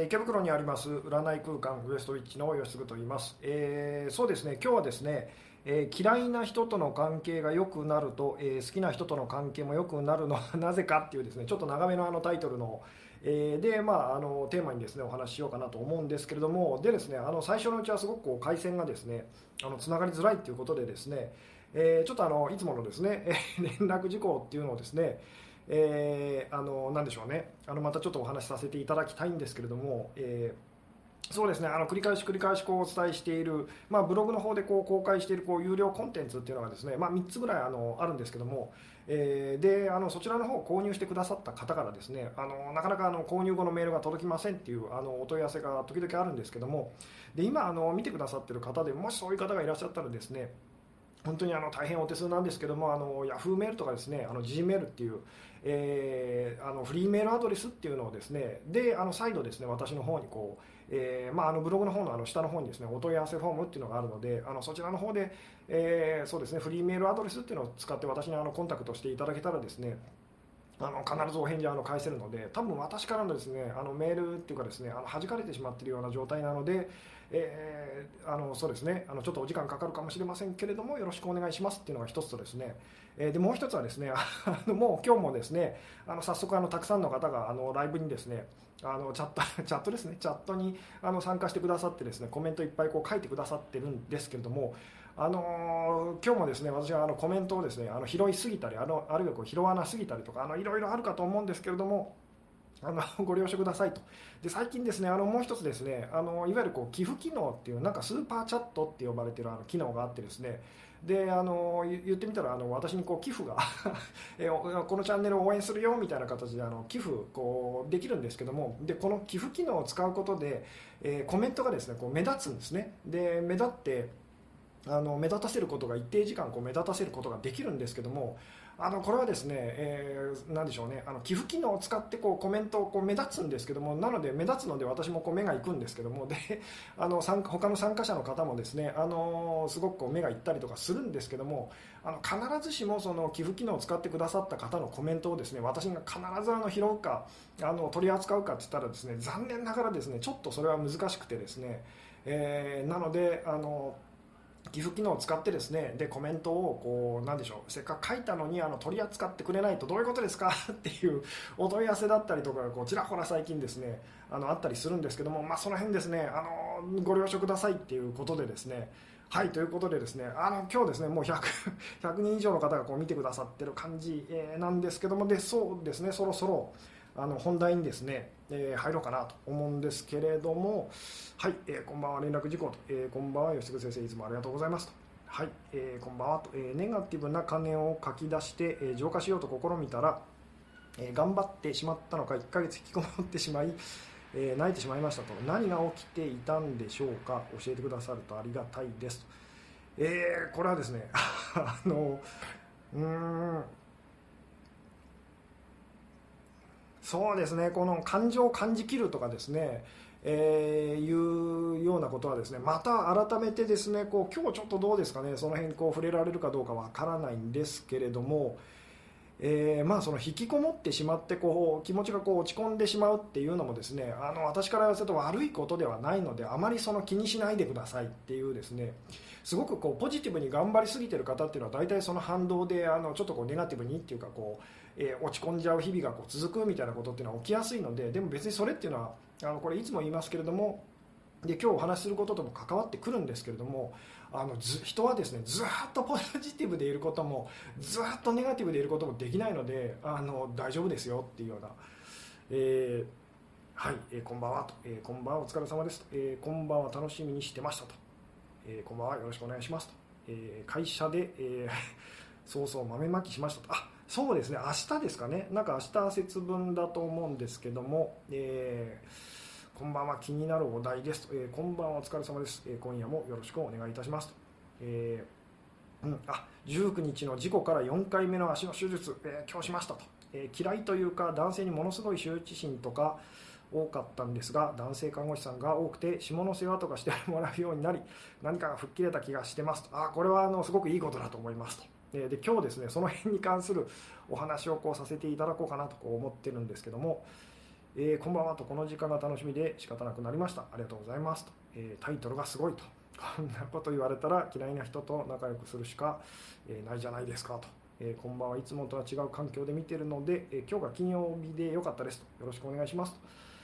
池袋にあります占い空間ウエストウィッチの吉嗣と言います。そうですね、今日はですね、嫌いな人との関係が良くなると、好きな人との関係も良くなるのはなぜかっていうですね、ちょっと長めのタイトルの、で、テーマにですねお話ししようかなと思うんですけれども、でですね、最初のうちはすごく回線がですねつながりづらいということでですね、ちょっといつものですね連絡事項っていうのをですね、なんでしょうね、またちょっとお話しさせていただきたいんですけれども、そうですね、繰り返しお伝えしている、ブログの方で公開している有料コンテンツっていうのがですね、3つぐらいあるんですけども、でそちらの方を購入してくださった方からですね、なかなか購入後のメールが届きませんっていうお問い合わせが時々あるんですけども、で今見てくださっている方でもしそういう方がいらっしゃったらですね、本当に大変お手数なんですけども、ヤフーメールとかですね、G メールっていう、フリーメールアドレスっていうのをですね、で再度ですね私の方にブログの方の下の方にですねお問い合わせフォームっていうのがあるので、そちらの方で、そうですね、フリーメールアドレスっていうのを使って私にコンタクトしていただけたらですね、必ずお返事返せるので、多分私からのですねメールっていうかですね弾かれてしまっているような状態なので、そうですね、ちょっとお時間かかるかもしれませんけれどもよろしくお願いしますっていうのが一つとですね、でもう一つはですねもう今日もですね早速たくさんの方がライブにですねチャットですね、チャットに参加してくださってですね、コメントいっぱい書いてくださってるんですけれども、今日もですね私はコメントをですね拾いすぎたりあるいは拾わなすぎたりとかいろいろあるかと思うんですけれども、ご了承くださいと。で最近ですねもう一つですねいわゆる寄付機能っていうなんかスーパーチャットって呼ばれている機能があってですね、で言ってみたら私に寄付がこのチャンネルを応援するよみたいな形で寄付できるんですけども、でこの寄付機能を使うことで、コメントがですね目立つんですね。で目立って目立たせることが一定時間目立たせることができるんですけども、これはですね、なんでしょうね、寄付機能を使ってコメントを目立つんですけども、なので目立つので私も目が行くんですけども、で他の参加者の方もですねすごく目が行ったりとかするんですけども、必ずしもその寄付機能を使ってくださった方のコメントをですね私が必ず拾うか取り扱うかって言ったらですね、残念ながらですねちょっとそれは難しくてですね、なので寄付機能を使ってですね、でコメントをなんでしょう、せっかく書いたのに取り扱ってくれないとどういうことですかっていうお問い合わせだったりとかちらほら最近ですねあったりするんですけども、その辺ですねご了承くださいっていうことでですね、はいということでですね今日ですねもう100人以上の方が見てくださってる感じ、なんですけども、でそうですね、そろそろ本題にですね、入ろうかなと思うんですけれども、はい、こんばんは連絡事項と、こんばんは吉嗣先生いつもありがとうございますと、はい、こんばんはと、ネガティブな金を書き出して、浄化しようと試みたら、頑張ってしまったのか1ヶ月引きこもってしまい、泣いてしまいましたと、何が起きていたんでしょうか、教えてくださるとありがたいですと、これはですねそうですね、この感情を感じきるとかですね、いうようなことはですね、また改めてですね今日ちょっとどうですかね、その辺触れられるかどうかわからないんですけれども、その引きこもってしまって気持ちが落ち込んでしまうっていうのもですね私から言わせると悪いことではないので、あまり気にしないでくださいっていうですね、すごくポジティブに頑張りすぎてる方っていうのは大体その反動でちょっとネガティブにっていうか落ち込んじゃう日々が続くみたいなことっていうのは起きやすいので、でも別にそれっていうのはこれいつも言いますけれども、で今日お話しすることとも関わってくるんですけれども、人はですねずっとポジティブでいることもずっとネガティブでいることもできないので大丈夫ですよっていうような、はい、こんばんはと、こんばんはお疲れ様ですと、こんばんは楽しみにしてましたと、こんばんはよろしくお願いしますと、会社で、そうそう豆まきしましたと、そうですね、明日ですかね、なんか明日節分だと思うんですけども、こんばんは気になるお題ですと、こんばんはお疲れ様です、今夜もよろしくお願いいたしますと、19日の事故から4回目の足の手術、今日しましたと、嫌いというか男性にものすごい羞恥心とか多かったんですが、男性看護師さんが多くて下の世話とかしてもらうようになり、何かが吹っ切れた気がしてますと、これはすごくいいことだと思いますと、で今日ですねその辺に関するお話をさせていただこうかなと思ってるんですけども、 こんばんはと、この時間が楽しみで仕方なくなりました。ありがとうございますと。タイトルがすごいと。こんなこと言われたら嫌いな人と仲良くするしか、ないじゃないですかと。こんばんはいつもとは違う環境で見ているので、今日が金曜日でよかったですと。よろしくお願いしますと。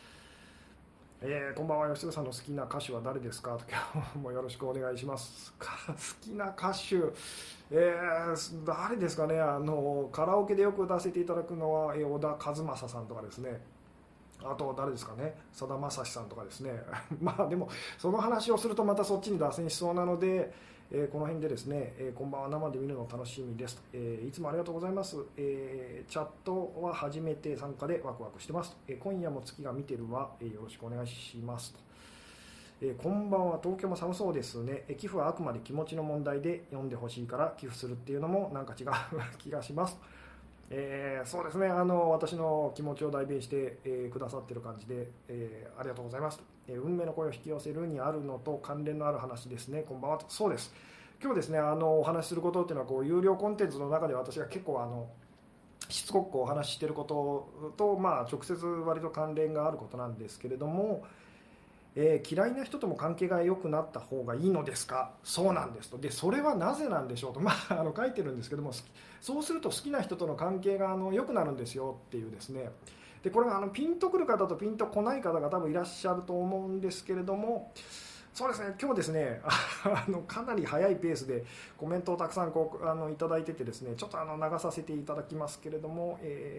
こんばんは、吉田さんの好きな歌手は誰ですかと。今日もよろしくお願いします。好きな歌手、誰ですかね。カラオケでよく歌わせていただくのは、小田和正さんとかですね。あと誰ですかね、さだまさしさんとかですねまあでもその話をするとまたそっちに脱線しそうなので、この辺でですね、こんばんは、生で見るの楽しみですと、いつもありがとうございます、チャットは初めて参加でワクワクしてますと、今夜も月が見てるは、よろしくお願いしますと、こんばんは、東京も寒そうですね、寄付はあくまで気持ちの問題で読んでほしいから寄付するっていうのもなんか違う気がしますと。そうですね、私の気持ちを代弁して、くださっている感じで、ありがとうございますと、運命の声を引き寄せるにあるのと関連のある話ですね、こんばんはと。そうです、今日ですね、お話しすることっていうのはこう有料コンテンツの中で私が結構しつこくお話ししていることと、直接割と関連があることなんですけれども、嫌いな人とも関係が良くなった方がいいのですか。そうなんですと。でそれはなぜなんでしょうと、書いてるんですけども、そうすると好きな人との関係が良くなるんですよっていうですね。でこれはピンとくる方とピンとこない方が多分いらっしゃると思うんですけれども、そうですね、今日ですねかなり早いペースでコメントをたくさんいただいててですね、ちょっと流させていただきますけれども、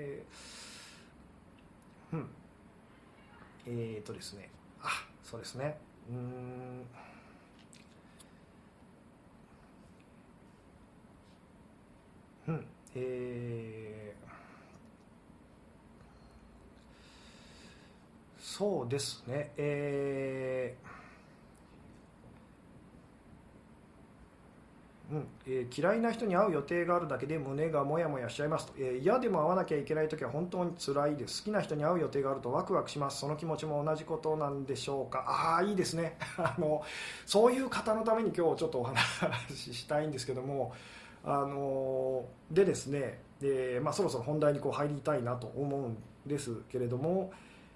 ですね、そうですね。そうですね。嫌いな人に会う予定があるだけで胸がモヤモヤしちゃいますと、嫌でも会わなきゃいけないときは本当に辛いです。好きな人に会う予定があるとワクワクします。その気持ちも同じことなんでしょうか。いいですねそういう方のために今日ちょっとお話ししたいんですけども、でですね、そろそろ本題に入りたいなと思うんですけれども、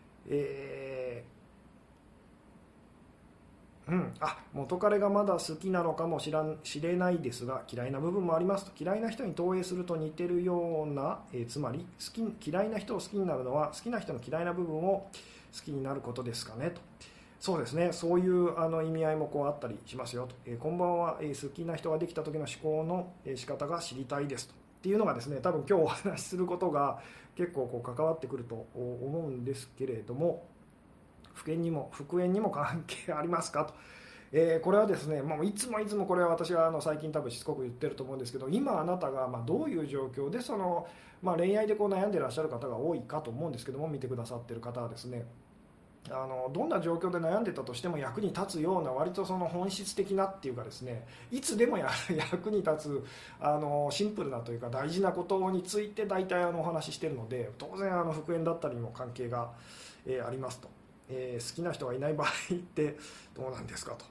元彼がまだ好きなのかもしれないですが嫌いな部分もありますと。嫌いな人に投影すると似てるような、つまり嫌いな人を好きになるのは好きな人の嫌いな部分を好きになることですかねと。そうですね、そういう意味合いもあったりしますよと。こんばんは、好きな人ができた時の思考の仕方が知りたいですと。っていうのがですね、多分今日お話しすることが結構関わってくると思うんですけれども、復縁にも関係ありますかと。これはですね、いつもこれは私は最近多分しつこく言ってると思うんですけど、今あなたがどういう状況で恋愛で悩んでいらっしゃる方が多いかと思うんですけども、見てくださってる方はですね、どんな状況で悩んでたとしても役に立つような割と本質的なっていうかですね、いつでも役に立つシンプルなというか大事なことについて大体お話ししてるので、当然復縁だったりにも関係が、ありますと。好きな人がいない場合ってどうなんですかと。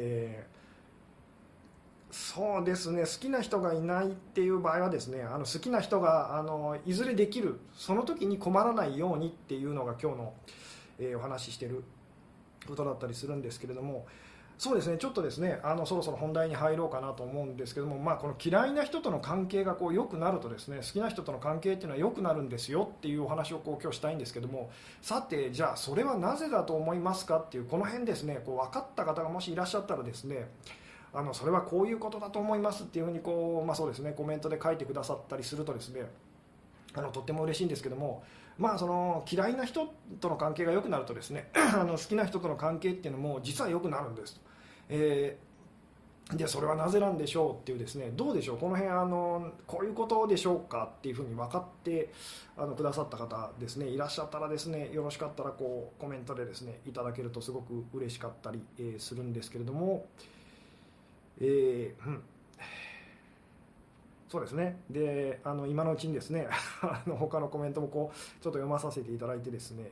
そうですね、好きな人がいないっていう場合はですね、好きな人がいずれできる、その時に困らないようにっていうのが今日の、お話ししていることだったりするんですけれども、そうですね、ちょっとですねそろそろ本題に入ろうかなと思うんですけども、この嫌いな人との関係が良くなるとですね、好きな人との関係っていうのは良くなるんですよっていうお話を今日したいんですけども、さてじゃあそれはなぜだと思いますかっていう、この辺ですね、分かった方がもしいらっしゃったらですね、それはこういうことだと思いますっていうふうにそうですね、コメントで書いてくださったりするとですね、とっても嬉しいんですけども、その嫌いな人との関係が良くなるとですね好きな人との関係っていうのも実は良くなるんですと。でそれはなぜなんでしょうっていうですね、どうでしょう、この辺こういうことでしょうかっていうふうに分かってくださった方ですね、いらっしゃったらですね、よろしかったらコメントでですねいただけるとすごく嬉しかったり、するんですけれども、そうですね。で今のうちにですね他のコメントもちょっと読まさせていただいてですね、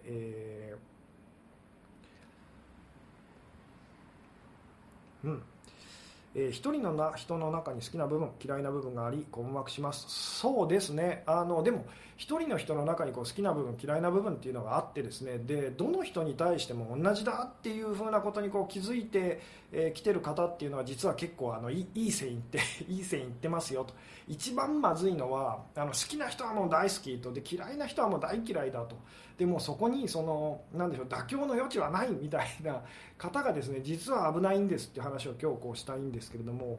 一人の人の中に好きな部分嫌いな部分があり困惑します。そうですね、でも一人の人の中にこう好きな部分嫌いな部分っていうのがあってですね、でどの人に対しても同じだっていうふうなことにこう気づいてきてる方っていうのは実は結構いい線いっていい線いってますよと。一番まずいのは好きな人はもう大好きと、で嫌いな人はもう大嫌いだと、でもそこになんでしょう、妥協の余地はないみたいな方がですね実は危ないんですっていう話を今日こうしたいんですけれども、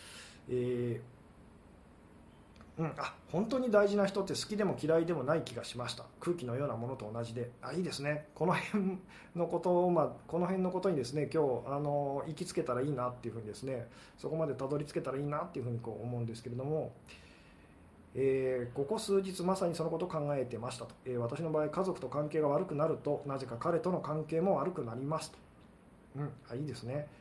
本当に大事な人って好きでも嫌いでもない気がしました。空気のようなものと同じで、いいですね、この辺のことを、この辺のことにですね今日行きつけたらいいなっていうふうにですね、そこまでたどり着けたらいいなっていうふうにこう思うんですけれども、ここ数日まさにそのことを考えてましたと。私の場合家族と関係が悪くなるとなぜか彼との関係も悪くなりますと。いいですね。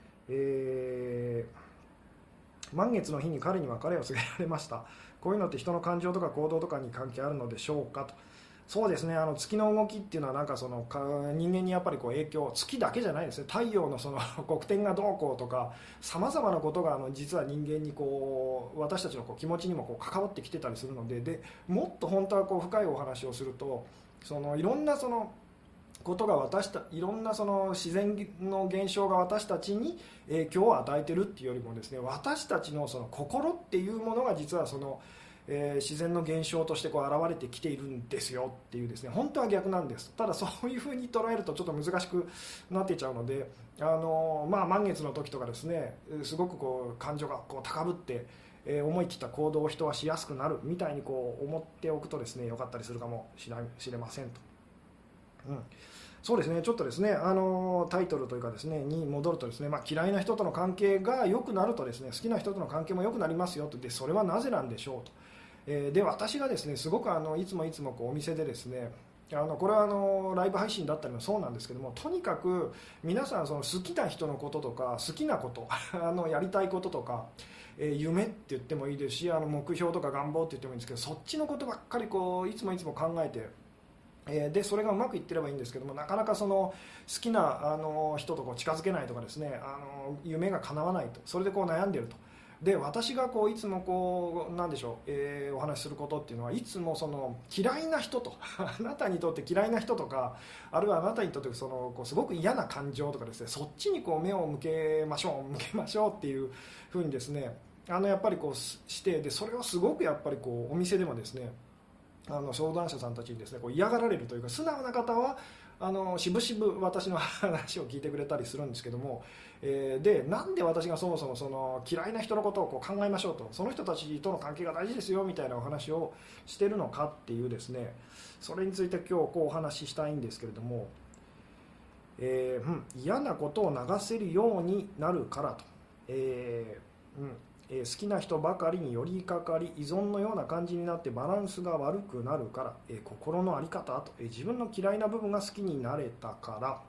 満月の日に彼に別れを告げられました。こういうのって人の感情とか行動とかに関係あるのでしょうかと。そうですね、月の動きっていうのはなんか人間にやっぱりこう影響、月だけじゃないですね、太陽の黒点がどうこうとかさまざまなことが実は人間にこう私たちのこう気持ちにもこう関わってきてたりするので、もっと本当はこう深いお話をするといろんなことがいろんな自然の現象が私たちに影響を与えているっていうよりもですね、私たちの心っていうものが実は自然の現象としてこう現れてきているんですよっていうですね、本当は逆なんです。ただそういうふうに捉えるとちょっと難しくなっていっちゃうので、満月の時とかですね、すごくこう感情がこう高ぶって思い切った行動を人はしやすくなるみたいにこう思っておくとですね、よかったりするかもしれませんと。そうですね、ちょっとですね、タイトルというかですねに戻るとですね、嫌いな人との関係が良くなるとですね、好きな人との関係も良くなりますよと。でそれはなぜなんでしょうと。で私がですねすごくいつもこうお店でですね、これはライブ配信だったりもそうなんですけども、とにかく皆さん好きな人のこととか好きなことやりたいこととか、夢って言ってもいいですし目標とか願望って言ってもいいんですけど、そっちのことばっかりこういつも考えて、でそれがうまくいってればいいんですけども、なかなか好きな人とこう近づけないとかですね、夢が叶わないと、それでこう悩んでいると。で私がこういつもこうなんでしょう、お話しすることっていうのは、いつも嫌いな人とあなたにとって嫌いな人とか、あるいはあなたにとってこうすごく嫌な感情とかですね、そっちにこう目を向けましょうっていうふうにですね、やっぱりこうしてで、それをすごくやっぱりこうお店でもですね相談者さんたちにですねこう嫌がられるというか、素直な方はしぶしぶ私の話を聞いてくれたりするんですけども、でなんで私がそもそも嫌いな人のことをこう考えましょうと、その人たちとの関係が大事ですよみたいなお話をしてるのかっていうですね、それについて今日こうお話ししたいんですけれども、嫌なことを流せるようになるからと、好きな人ばかりに寄りかかり依存のような感じになってバランスが悪くなるから、心の在り方と、自分の嫌いな部分が好きになれたから、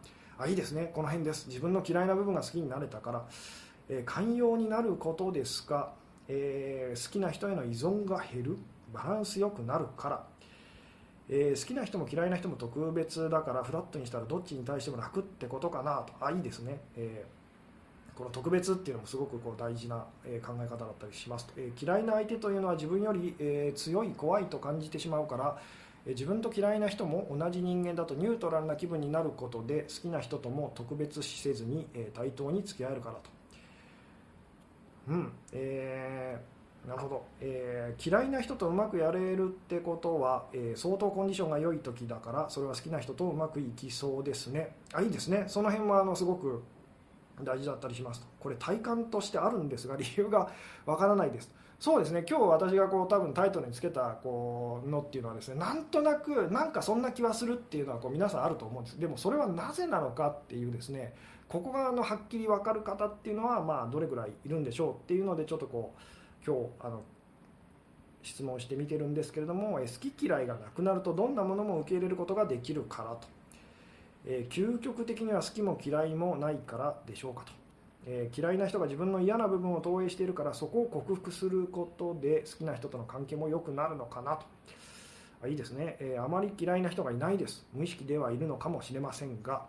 いいですね、この辺です。自分の嫌いな部分が好きになれたから、寛容になることですが、好きな人への依存が減る、バランスよくなるから、好きな人も嫌いな人も特別だからフラットにしたらどっちに対しても楽ってことかなと。いいですね、この特別っていうのもすごくこう大事な考え方だったりしますと。嫌いな相手というのは自分より強い怖いと感じてしまうから、自分と嫌いな人も同じ人間だとニュートラルな気分になることで、好きな人とも特別視せずに対等に付き合えるからと。なるほど、嫌いな人とうまくやれるってことは、相当コンディションが良い時だから、それは好きな人とうまくいきそうですね。いいですね、その辺はすごく大事だったりしますと。これ体感としてあるんですが理由がわからないです。そうですね、今日私がこう多分タイトルにつけたこうのっていうのはですね、なんとなくなんかそんな気はするっていうのはこう皆さんあると思うんです。でもそれはなぜなのかっていうですね、ここがはっきり分かる方っていうのはどれぐらいいるんでしょうっていうので、ちょっとこう今日質問してみてるんですけれども、好き嫌いがなくなるとどんなものも受け入れることができるからと。究極的には好きも嫌いもないからでしょうかと。嫌いな人が自分の嫌な部分を投影しているから、そこを克服することで好きな人との関係も良くなるのかなと。いいですね、あまり嫌いな人がいないです。無意識ではいるのかもしれませんが、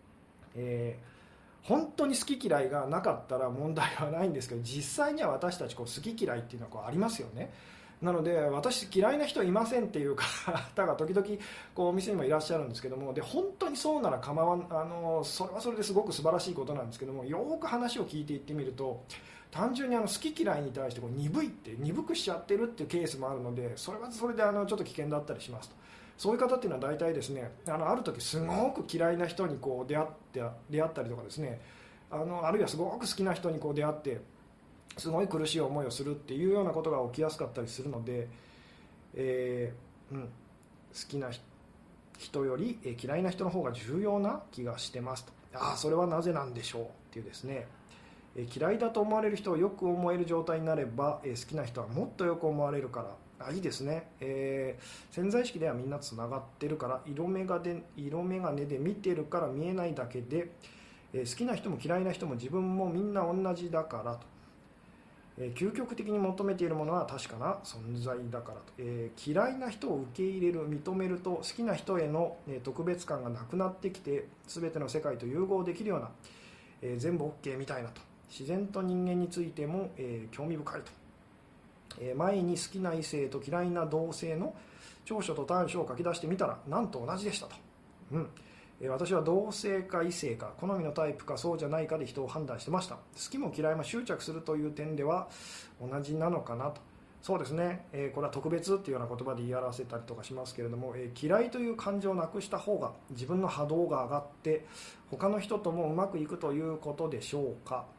本当に好き嫌いがなかったら問題はないんですけど、実際には私たちこう好き嫌いっていうのはこうありますよね。 なので私嫌いな人いませんっていう方が時々こうお店にもいらっしゃるんですけども、で本当にそうなら構わん、それはそれですごく素晴らしいことなんですけども、よく話を聞いていってみると単純に好き嫌いに対してこう鈍くしちゃってるっていうケースもあるので、それはそれでちょっと危険だったりしますと。そういう方っていうのは大体ですね、ある時すごく嫌いな人にこう出会ったりとかですね、あるいはすごく好きな人にこう出会ってすごい苦しい思いをするっていうようなことが起きやすかったりするので、好きな人より嫌いな人の方が重要な気がしてますと。それはなぜなんでしょうっていうですね、嫌いだと思われる人をよく思える状態になれば、好きな人はもっとよく思われるから、いいですね、潜在意識ではみんなつながってるから、色眼鏡で見てるから見えないだけで、好きな人も嫌いな人も自分もみんな同じだからと、究極的に求めているものは確かな存在だからと、嫌いな人を受け入れる認めると好きな人への、特別感がなくなってきて、全ての世界と融合できるような、全部 OK みたいなと、自然と人間についても、興味深いと、前に好きな異性と嫌いな同性の長所と短所を書き出してみたらなんと同じでしたと、私は同性か異性か好みのタイプかそうじゃないかで人を判断してました。好きも嫌いも執着するという点では同じなのかなと。そうですね、これは特別っていうような言葉で言い表せたりとかしますけれども、嫌いという感情をなくした方が自分の波動が上がって他の人ともうまくいくということでしょうか。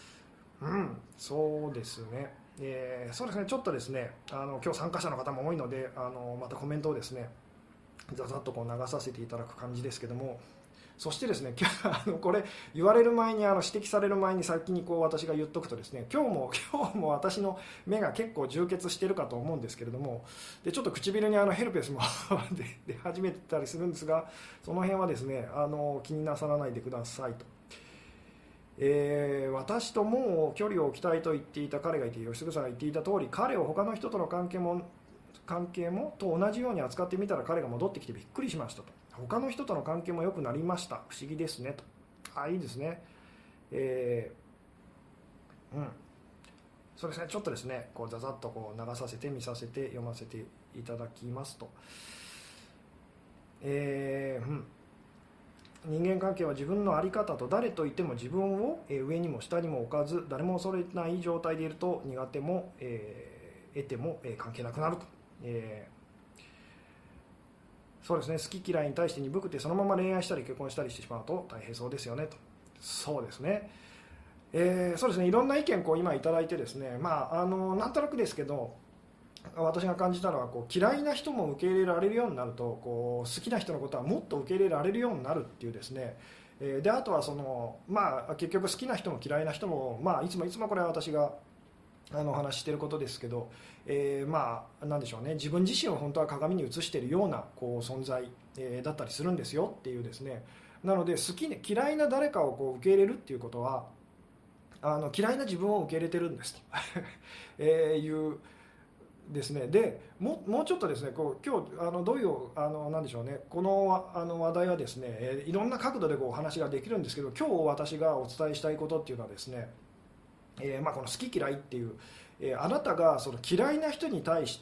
そうですね、そうですね、ちょっとですね、今日参加者の方も多いので、またコメントをですねざざっとこう流させていただく感じですけども、そしてですね、これ言われる前に指摘される前に先にこう私が言っとくとですね、今日も私の目が結構充血してるかと思うんですけれども、でちょっと唇にヘルペスも出始めてたりするんですが、その辺はですね気になさらないでくださいと。私ともう距離を置きたいと言っていた彼がいて、吉純さんが言っていた通り、彼を他の人との関係もと同じように扱ってみたら彼が戻ってきてびっくりしましたと。他の人との関係も良くなりました、不思議ですねと。いいですね、そうですね、ちょっとですねこうざざっとこう流させて見させて読ませていただきますと、人間関係は自分の在り方と誰といても自分を上にも下にも置かず、誰も恐れない状態でいると苦手も、得ても関係なくなると。そうですね、好き嫌いに対して鈍くてそのまま恋愛したり結婚したりしてしまうと大変そうですよねと。そうですね、そうですね、いろんな意見こう今いただいてですね、なんとなくですけど私が感じたのは嫌いな人も受け入れられるようになると好きな人のことはもっと受け入れられるようになるっていうですね、であとは結局好きな人も嫌いな人も、いつもこれは私がお話ししていることですけど、なんでしょうね、自分自身を本当は鏡に映しているような存在、だったりするんですよっていうですね。なので嫌いな誰かを受け入れるっていうことは嫌いな自分を受け入れてるんですというですね。でもうちょっとですね今日どういうなんでしょうね、この話題はですね、いろんな角度でお話ができるんですけど、今日私がお伝えしたいことっていうのはですね、この好き嫌いっていう、あなたがその嫌いな人に対して、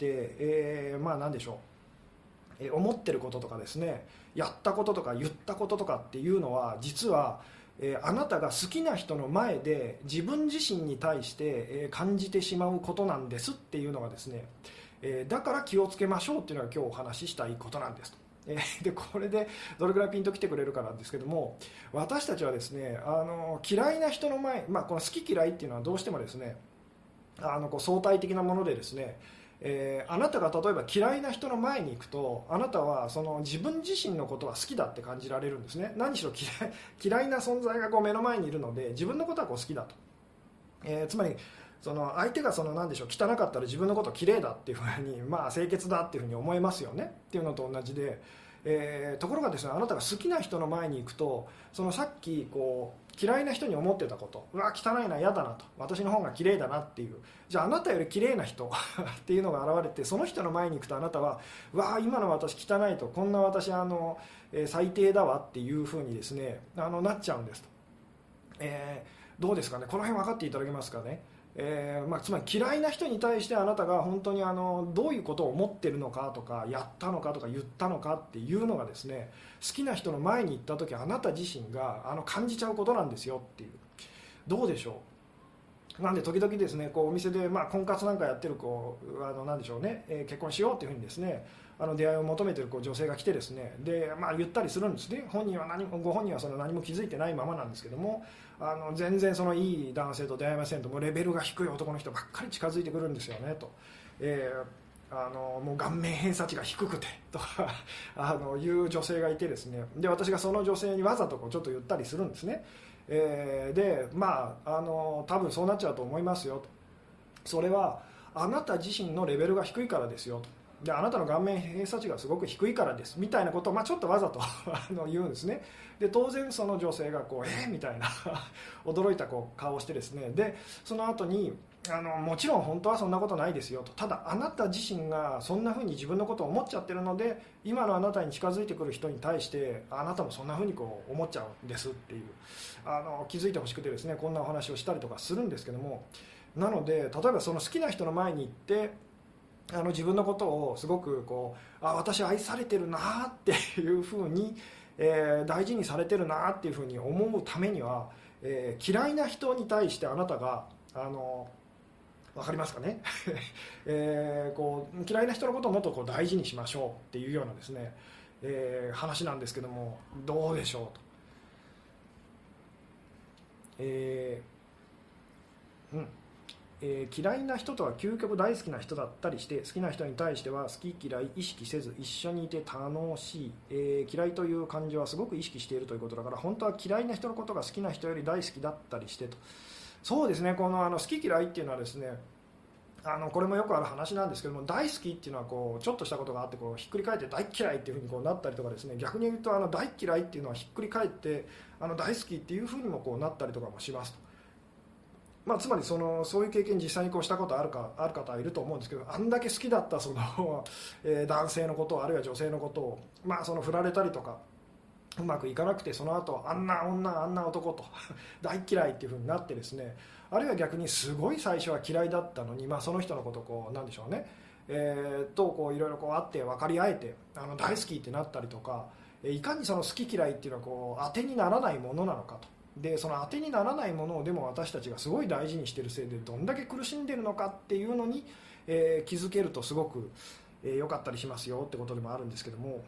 何でしょう、思ってることとかですね、やったこととか言ったこととかっていうのは実は、あなたが好きな人の前で自分自身に対して、感じてしまうことなんですっていうのがですね、だから気をつけましょうっていうのが今日お話ししたいことなんですと。でこれでどれくらいピンときてくれるかなんですけども、私たちはですね嫌いな人の前、この好き嫌いっていうのはどうしてもですね相対的なものでですね、あなたが例えば嫌いな人の前に行くと、あなたはその自分自身のことは好きだって感じられるんですね。何しろ嫌いな存在が目の前にいるので自分のことは好きだと、つまりその相手が何でしょう、汚かったら自分のこと綺麗だっていうふうに、清潔だっていうふうに思えますよねっていうのと同じで、ところがですね、あなたが好きな人の前に行くと、さっき嫌いな人に思ってたこと、うわ汚いな、嫌だなと、私の方が綺麗だなっていう、じゃああなたより綺麗な人っていうのが現れて、その人の前に行くとあなたはうわ今の私汚いと、こんな私最低だわっていうふうにですねなっちゃうんですと。どうですかね、この辺分かっていただけますかね。 つまり嫌いな人に対してあなたが本当にどういうことを思ってるのかとかやったのかとか言ったのかっていうのがですね、好きな人の前に行った時あなた自身が感じちゃうことなんですよっていう。どうでしょう。なんで時々ですね、こうお店で、婚活なんかやってるなんでしょうね、結婚しようっていうふうにですね、出会いを求めている女性が来てですね、で、言ったりするんですね。ご本人は何も気づいてないままなんですけども、全然いい男性と出会いませんと、もうレベルが低い男の人ばっかり近づいてくるんですよねと、もう顔面偏差値が低くてとかいう女性がいてですね、で私がその女性にわざとちょっと言ったりするんですね。で多分そうなっちゃうと思いますよと。それはあなた自身のレベルが低いからですよと。であなたの顔面偏差値がすごく低いからですみたいなことを、ちょっとわざと言うんですね。で当然その女性がみたいな驚いた顔をしてですね、でその後にもちろん本当はそんなことないですよと、ただあなた自身がそんな風に自分のことを思っちゃってるので、今のあなたに近づいてくる人に対してあなたもそんな風に思っちゃうんですっていう、気づいてほしくてですね、こんなお話をしたりとかするんですけども、なので例えばその好きな人の前に行って自分のことをすごく私愛されてるなっていう風に、大事にされてるなっていう風に思うためには、嫌いな人に対してあなたが分かりますかね嫌いな人のことをもっと大事にしましょうっていうようなですね、話なんですけども、どうでしょうと。嫌いな人とは究極大好きな人だったりして、好きな人に対しては好き嫌い意識せず一緒にいて楽しい、嫌いという感情はすごく意識しているということだから、本当は嫌いな人のことが好きな人より大好きだったりしてと。そうですね、好き嫌いっていうのはですね、これもよくある話なんですけども、大好きっていうのはちょっとしたことがあってひっくり返って大嫌いっていうふうになったりとかですね、逆に言うと大嫌いっていうのはひっくり返って大好きっていうふうにもなったりとかもしますと。つまりそういう経験実際にしたことある方はいると思うんですけど、あんだけ好きだった男性のことをあるいは女性のことを、振られたりとかうまくいかなくて、その後あんな女あんな男と大嫌いっていう風になってですね、あるいは逆にすごい最初は嫌いだったのに、その人のことをなんでしょうね、いろいろ会って分かり合えて大好きってなったりとか、いかにその好き嫌いっていうのは当てにならないものなのかと。でその当てにならないものをでも私たちがすごい大事にしているせいでどんだけ苦しんでいるのかっていうのに、気づけるとすごく良かったりしますよってことでもあるんですけども、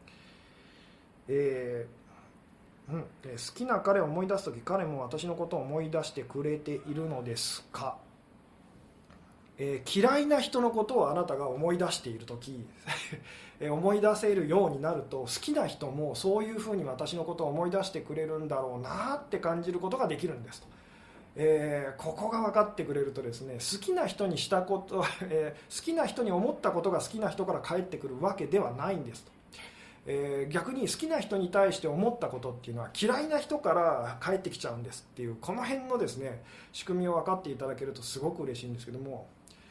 好きな彼を思い出すとき彼も私のことを思い出してくれているのですか。嫌いな人のことをあなたが思い出しているとき思い出せるようになると、好きな人もそういうふうに私のことを思い出してくれるんだろうなって感じることができるんですと。ここが分かってくれるとですね、好きな人にしたこと、好きな人に思ったことが好きな人から返ってくるわけではないんですと。逆に好きな人に対して思ったことっていうのは嫌いな人から返ってきちゃうんですっていう、この辺のですね仕組みを分かっていただけるとすごく嬉しいんですけども、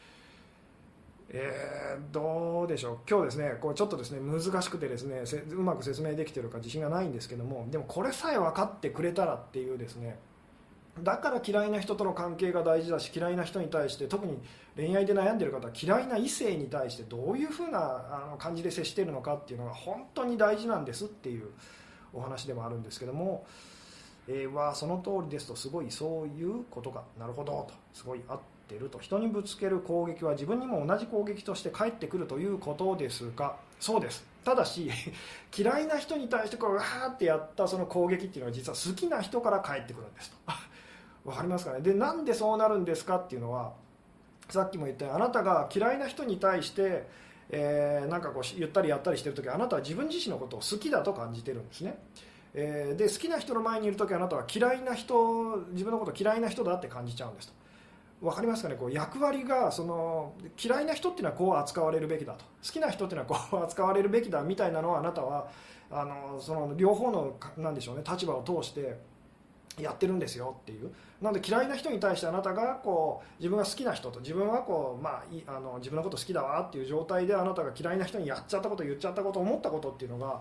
どうでしょう。今日ですねちょっとですね難しくてですねうまく説明できているか自信がないんですけども、でもこれさえ分かってくれたらっていうですね、だから嫌いな人との関係が大事だし、嫌いな人に対して、特に恋愛で悩んでいる方は嫌いな異性に対してどういうふうな感じで接しているのかっていうのが本当に大事なんですっていうお話でもあるんですけども、その通りですと、すごいそういうことがなるほどと、すごい合ってると。人にぶつける攻撃は自分にも同じ攻撃として返ってくるということですが、そうです。ただし嫌いな人に対してわーってやったその攻撃っていうのは実は好きな人から返ってくるんですとわかりますかね。でなんでそうなるんですかっていうのは、さっきも言ったように、あなたが嫌いな人に対して、なんか言ったりやったりしてるとき、あなたは自分自身のことを好きだと感じてるんですね。で好きな人の前にいるとき、あなたは嫌いな人、自分のことを嫌いな人だって感じちゃうんですと。わかりますかね。役割が嫌いな人っていうのはこう扱われるべきだと、好きな人っていうのはこう扱われるべきだみたいなのを、あなたはその両方のなんでしょうね、立場を通してやってるんですよっていう。なので嫌いな人に対してあなたが自分が好きな人と、自分は自分のこと好きだわっていう状態で、あなたが嫌いな人にやっちゃったこと、言っちゃったこと、思ったことっていうのが、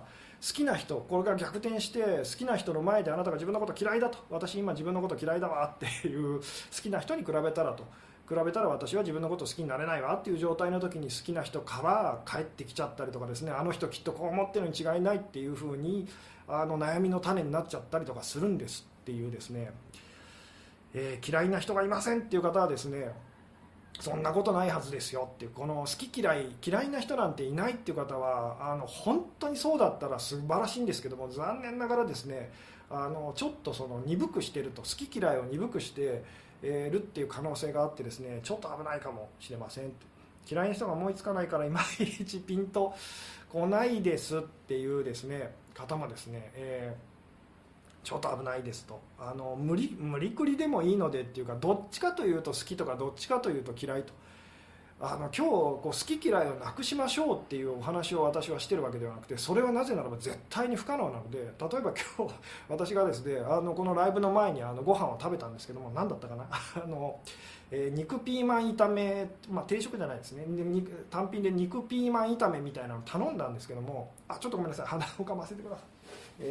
きな人、これが逆転して好きな人の前であなたが自分のこと嫌いだと、私今自分のこと嫌いだわっていう好きな人に比べたら私は自分のことを好きになれないわっていう状態の時に、好きな人から帰ってきちゃったりとかですね、あの人きっとこう思ってるに違いないっていう風に悩みの種になっちゃったりとかするんですっていうですね、嫌いな人がいませんっていう方はですね、そんなことないはずですよっていう、この好き嫌いな人なんていないっていう方は本当にそうだったら素晴らしいんですけども、残念ながらですね、ちょっとその鈍くしてると、好き嫌いを鈍くしてるっていう可能性があってですね、ちょっと危ないかもしれません。嫌いな人が思いつかないからいまいちピンとこないですっていうですね方もですね、ちょっと危ないですと、無理くりでもいいのでっていうか、どっちかというと好きとかどっちかというと嫌いと、今日こう好き嫌いをなくしましょうっていうお話を私はしてるわけではなくて、それはなぜならば絶対に不可能なので、例えば今日私がですねこのライブの前にご飯を食べたんですけども、何だったかな肉ピーマン炒め、定食じゃないですね、で単品で肉ピーマン炒めみたいなのを頼んだんですけども、ちょっとごめんなさい、鼻をかませてください。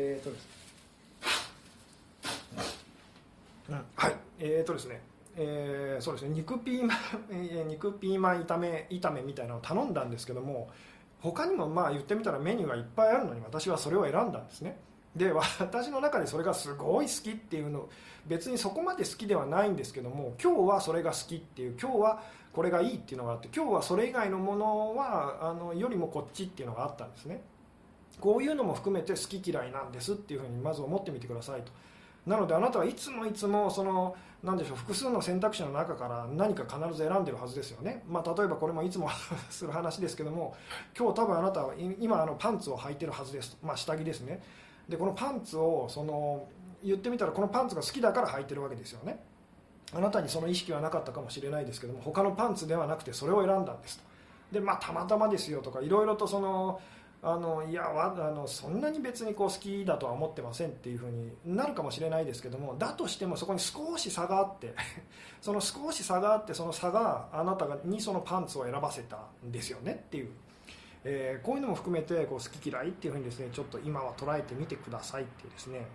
はい、ですね、そうですね、肉ピーマン炒めみたいなのを頼んだんですけども、他にも言ってみたらメニューがいっぱいあるのに私はそれを選んだんですね。で、私の中でそれがすごい好きっていうの、別にそこまで好きではないんですけども、今日はそれが好きっていう、今日はこれがいいっていうのがあって、今日はそれ以外のものはよりもこっちっていうのがあったんですね。こういうのも含めて好き嫌いなんですっていうふうにまず思ってみてくださいと。なのであなたはいつもその何でしょう、複数の選択肢の中から何か必ず選んでるはずですよね。例えばこれもいつもする話ですけども、今日多分あなたは今パンツを履いてるはずです、下着ですね。でこのパンツを言ってみたらこのパンツが好きだから履いてるわけですよね。あなたにその意識はなかったかもしれないですけども、他のパンツではなくてそれを選んだんですと。でたまたまですよとかいろいろといやそんなに別にこう好きだとは思ってませんっていう風になるかもしれないですけども、だとしてもそこに少し差があってその少し差があって、その差があなたにそのパンツを選ばせたんですよねっていう、こういうのも含めてこう好き嫌いっていう風にですね、ちょっと今は捉えてみてくださいっていうですね。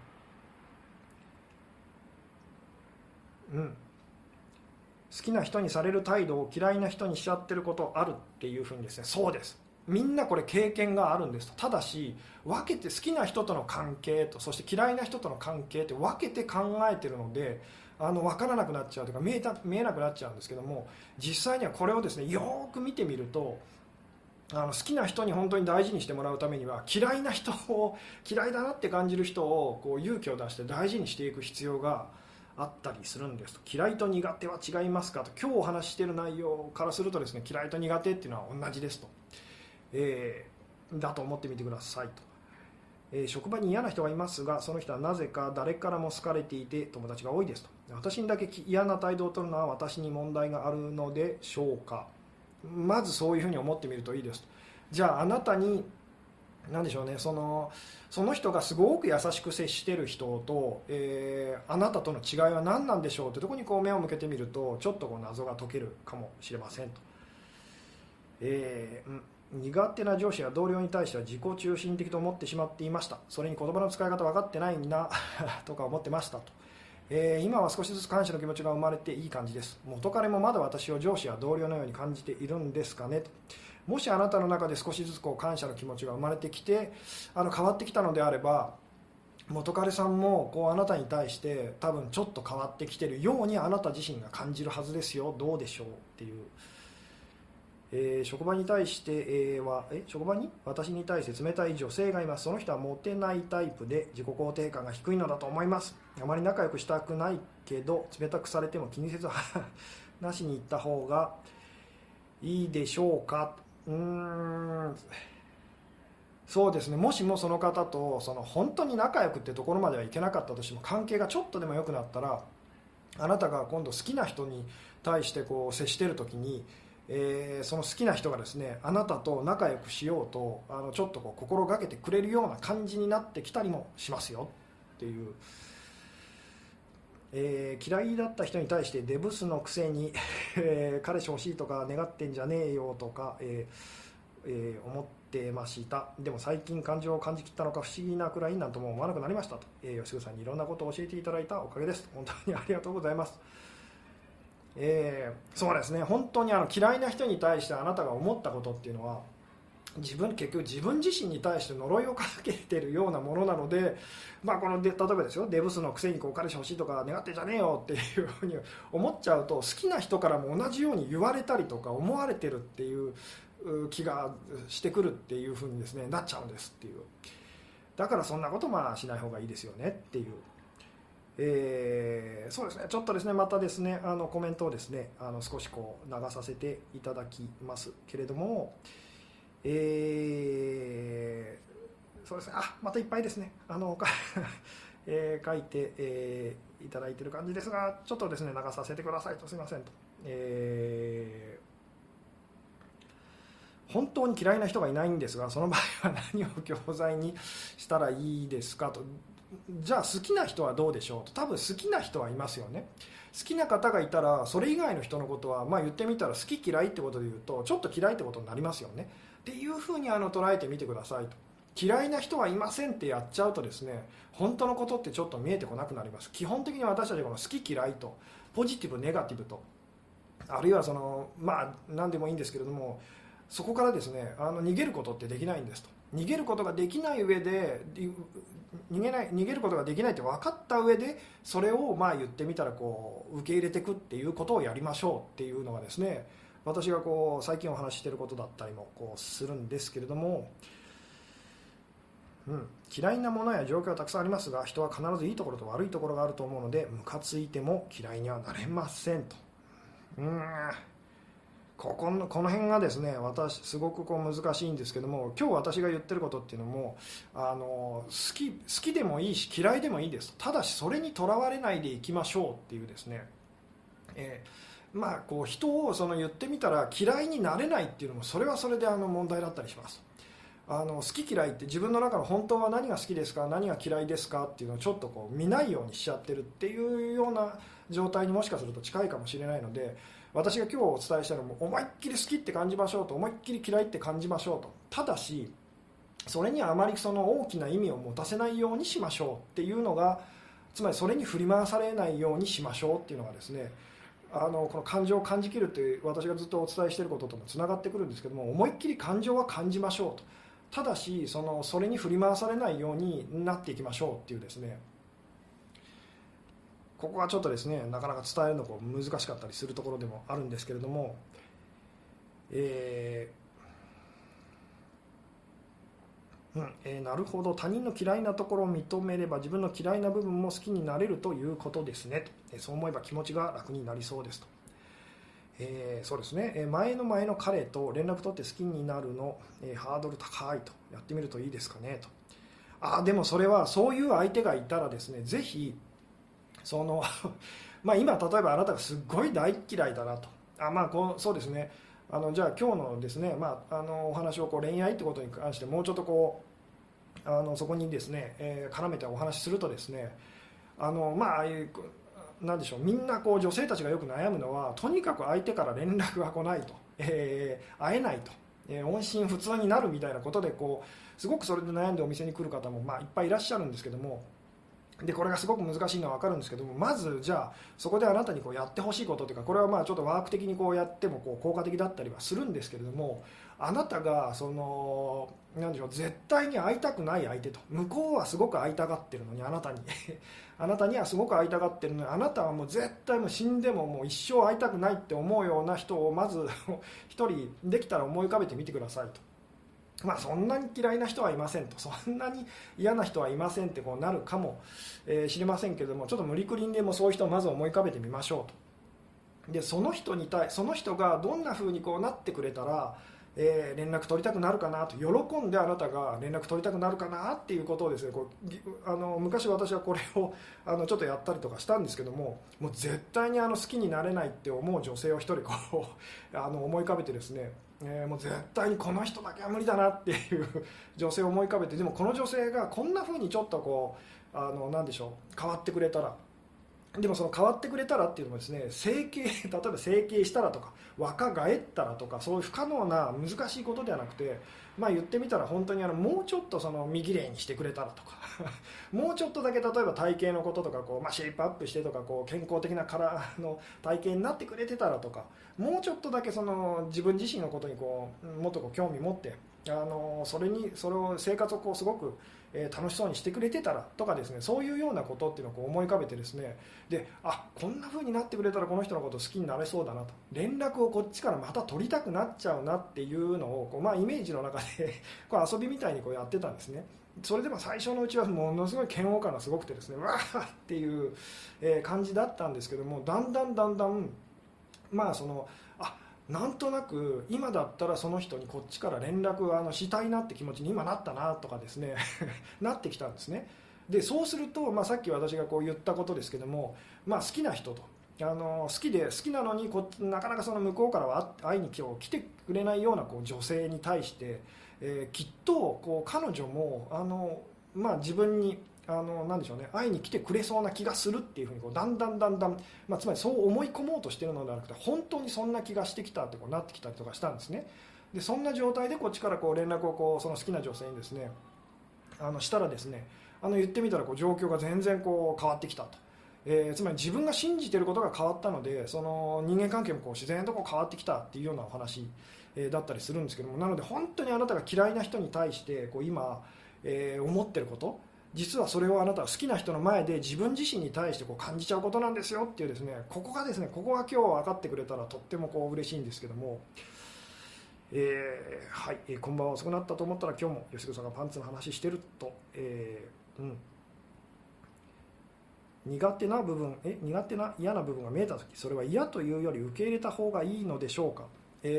好きな人にされる態度を嫌いな人にしちゃってることあるっていう風にですね、そうです、みんなこれ経験があるんですと。ただし分けて、好きな人との関係とそして嫌いな人との関係って分けて考えてるので分からなくなっちゃうというか見えなくなっちゃうんですけども、実際にはこれをですねよく見てみると、好きな人に本当に大事にしてもらうためには、嫌いな人を嫌いだなって感じる人をこう勇気を出して大事にしていく必要があったりするんですと。嫌いと苦手は違いますかと、今日お話ししている内容からするとですね、嫌いと苦手っていうのは同じですと、だと思ってみてくださいと。職場に嫌な人がいますが、その人はなぜか誰からも好かれていて友達が多いですと。私にだけ嫌な態度を取るのは私に問題があるのでしょうか。まずそういうふうに思ってみるといいですと。じゃああなたに何でしょうね、その人がすごく優しく接している人と、あなたとの違いは何なんでしょうというところにこう目を向けてみると、ちょっとこう謎が解けるかもしれませんと。苦手な上司や同僚に対しては自己中心的と思ってしまっていました。それに言葉の使い方分かってないなとか思ってましたと。今は少しずつ感謝の気持ちが生まれていい感じです。元彼もまだ私を上司や同僚のように感じているんですかねと。もしあなたの中で少しずつこう感謝の気持ちが生まれてきて変わってきたのであれば、元彼さんもこうあなたに対して多分ちょっと変わってきているようにあなた自身が感じるはずですよ。どうでしょうっていう。職場に対して、職場に私に対して冷たい女性がいます。その人はモテないタイプで自己肯定感が低いのだと思います。あまり仲良くしたくないけど冷たくされても気にせずなしに言った方がいいでしょうか。そうですね、もしもその方と本当に仲良くってところまではいけなかったとしても、関係がちょっとでも良くなったら、あなたが今度好きな人に対してこう接している時に、その好きな人がですねあなたと仲良くしようとちょっとこう心がけてくれるような感じになってきたりもしますよっていう。嫌いだった人に対してデブスのくせに彼氏欲しいとか願ってんじゃねえよとか、思ってました。でも最近感情を感じきったのか不思議なくらいなんとも思わなくなりましたと、吉純さんにいろんなことを教えていただいたおかげです。本当にありがとうございます。そうですね、本当に嫌いな人に対してあなたが思ったことっていうのは結局自分自身に対して呪いをかけているようなものなので、例えばですよ、デブスのくせに彼氏欲しいとか願ってんじゃねえよっていうふうに思っちゃうと、好きな人からも同じように言われたりとか思われてるっていう気がしてくるっていうふうにですね、なっちゃうんですっていう。だからそんなことしない方がいいですよねっていう。そうですね、ちょっとですね、またですねコメントをですね少し流させていただきますけれども、そうですね、またいっぱいですね書いて、いただいている感じですが、ちょっとですね流させてくださいと、すいませんと、本当に嫌いな人がいないんですが、その場合は何を教材にしたらいいですかと。じゃあ好きな人はどうでしょうと。多分好きな人はいますよね。好きな方がいたらそれ以外の人のことは、言ってみたら好き嫌いってことで言うとちょっと嫌いってことになりますよねっていうふうに捉えてみてくださいと。嫌いな人はいませんってやっちゃうとですね、本当のことってちょっと見えてこなくなります。基本的に私たちはこの好き嫌いとポジティブネガティブと、あるいは何でもいいんですけれども、そこからですね逃げることってできないんですと。逃げることができない上で逃げることができないって分かった上で、それを言ってみたら受け入れていくっていうことをやりましょうっていうのがですね、私が最近お話ししていることだったりもするんですけれども、嫌いなものや状況はたくさんありますが、人は必ずいいところと悪いところがあると思うので、ムカついても嫌いにはなれませんと。この辺がですね、私すごく難しいんですけども、今日私が言ってることっていうのも好きでもいいし嫌いでもいいです。ただしそれにとらわれないでいきましょうっていうですね、人を言ってみたら嫌いになれないっていうのも、それはそれで問題だったりします。好き嫌いって自分の中の本当は何が好きですか何が嫌いですかっていうのをちょっと見ないようにしちゃってるっていうような状態にもしかすると近いかもしれないので、私が今日お伝えしたのも思いっきり好きって感じましょうと、思いっきり嫌いって感じましょうと。ただしそれにあまり大きな意味を持たせないようにしましょうっていうのが、つまりそれに振り回されないようにしましょうっていうのがですね、この感情を感じきるという私がずっとお伝えしていることともつながってくるんですけども、思いっきり感情は感じましょうと。ただしそれに振り回されないようになっていきましょうっていうですね、ここはちょっとですねなかなか伝えるの難しかったりするところでもあるんですけれども、なるほど、他人の嫌いなところを認めれば自分の嫌いな部分も好きになれるということですねと。そう思えば気持ちが楽になりそうですと。そうですね、前の彼と連絡取って好きになるの、ハードル高いと。やってみるといいですかねと。でもそれはそういう相手がいたらですね、ぜひ今例えばあなたがすっごい大嫌いだなと。そうですね、じゃあ今日のですね、お話を恋愛ってことに関してもうちょっとそこにですね、絡めてお話しするとですね、なんでしょう、みんな女性たちがよく悩むのは、とにかく相手から連絡が来ないと、会えないと、音信不通になるみたいなことですごくそれで悩んでお店に来る方もいっぱいいらっしゃるんですけども、でこれがすごく難しいのは分かるんですけども、まずじゃあそこであなたにやってほしいことというか、これはちょっとワーク的にやっても効果的だったりはするんですけれども、あなたがなんでしょう、絶対に会いたくない相手と、向こうはすごく会いたがってるのにあなたにあなたにはすごく会いたがってるのに、あなたはもう絶対死んでももう一生会いたくないって思うような人をまず一人できたら思い浮かべてみてくださいと。そんなに嫌いな人はいませんと、そんなに嫌な人はいませんってなるかもしれませんけれども、ちょっと無理くりにでもそういう人をまず思い浮かべてみましょうと。でその人がどんな風になってくれたら、連絡取りたくなるかなと、喜んであなたが連絡取りたくなるかなっていうことをですね、昔私はこれをちょっとやったりとかしたんですけども、もう絶対に好きになれないって思う女性を一人思い浮かべてですね、もう絶対にこの人だけは無理だなっていう女性を思い浮かべて、でもこの女性がこんな風にちょっとなんでしょう、変わってくれたら、 でもその変わってくれたらっていうのもですね、例えば整形したらとか若返ったらとか、そういう不可能な難しいことではなくて、言ってみたら本当にもうちょっとその身綺麗にしてくれたらとかもうちょっとだけ例えば体型のこととかシェイプアップしてとか健康的な体の体型になってくれてたらとか、もうちょっとだけその自分自身のことにもっと興味持ってそれを生活をすごく楽しそうにしてくれてたらとかですね、そういうようなことっていうのを思い浮かべてですね、でこんな風になってくれたらこの人のこと好きになれそうだなと、連絡をこっちからまた取りたくなっちゃうなっていうのをイメージの中で遊びみたいにやってたんですね。それでも最初のうちはものすごい嫌悪感がすごくてですね、わーっていう感じだったんですけども、だんだんなんとなく今だったらその人にこっちから連絡したいなって気持ちに今なったなとかですねなってきたんですね。でそうすると、さっき私が言ったことですけども、好きな人と好きなのになかなかその向こうからは会いに来てくれないような女性に対して、きっと彼女も自分になんでしょうね、会いに来てくれそうな気がするっていうふうにだんだん、つまりそう思い込もうとしているのではなくて、本当にそんな気がしてきたってなってきたりとかしたんですね。でそんな状態でこっちから連絡をその好きな女性にですねしたらですね、言ってみたら状況が全然変わってきたと、つまり自分が信じていることが変わったので、その人間関係も自然と変わってきたっていうようなお話だったりするんですけども、なので本当にあなたが嫌いな人に対して今思っていること、実はそれをあなたは好きな人の前で自分自身に対して感じちゃうことなんですよっていうですね、ここが今日分かってくれたらとっても嬉しいんですけども、はい、こんばんは。遅くなったと思ったら今日も吉久さんがパンツの話してると、苦手な嫌な部分が見えたとき、それは嫌というより受け入れた方がいいのでしょうか。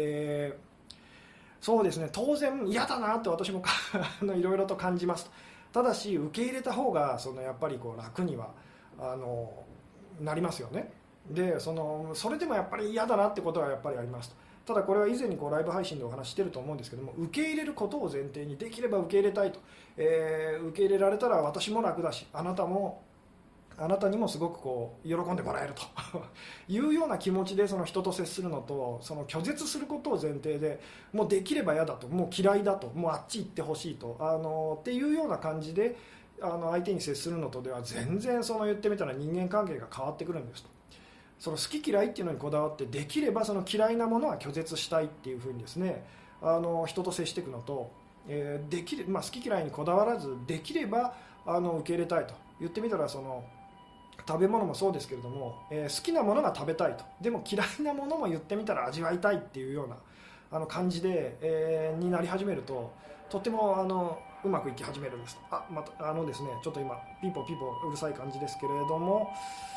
そうですね、当然嫌だなって私もいろいろと感じます。ただし受け入れた方がやっぱり楽にはなりますよね。でそれでもやっぱり嫌だなってことはやっぱりありますと。ただこれは以前にライブ配信でお話してると思うんですけども、受け入れることを前提にできれば受け入れたいと、受け入れられたら私も楽だし、あなたにもすごく喜んでもらえるというような気持ちで人と接するのと、拒絶することを前提でもうできれば嫌だと、もう嫌いだと、もうあっち行ってほしいとっていうような感じで相手に接するのとでは全然言ってみたら人間関係が変わってくるんですと。好き嫌いっていうのにこだわって、できれば嫌いなものは拒絶したいっていうふうにですね人と接していくのと、好き嫌いにこだわらずできれば受け入れたいと。言ってみたら食べ物もそうですけれども、好きなものが食べたいと、でも嫌いなものも言ってみたら味わいたいっていうような感じで、になり始めると、とってもうまくいき始めるんです。またですね、ちょっと今ピーポーうるさい感じですけれども、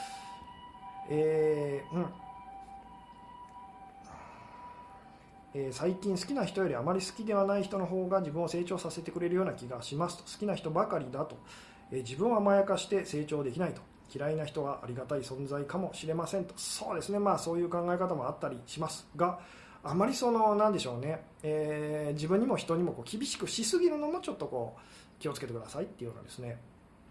最近好きな人よりあまり好きではない人の方が自分を成長させてくれるような気がしますと。好きな人ばかりだと、自分は甘やかして成長できないと。嫌いな人はありがたい存在かもしれませんと。そうですね、そういう考え方もあったりしますが、あまりなんでしょうね、自分にも人にも厳しくしすぎるのもちょっと気をつけてくださいっていうようなですね、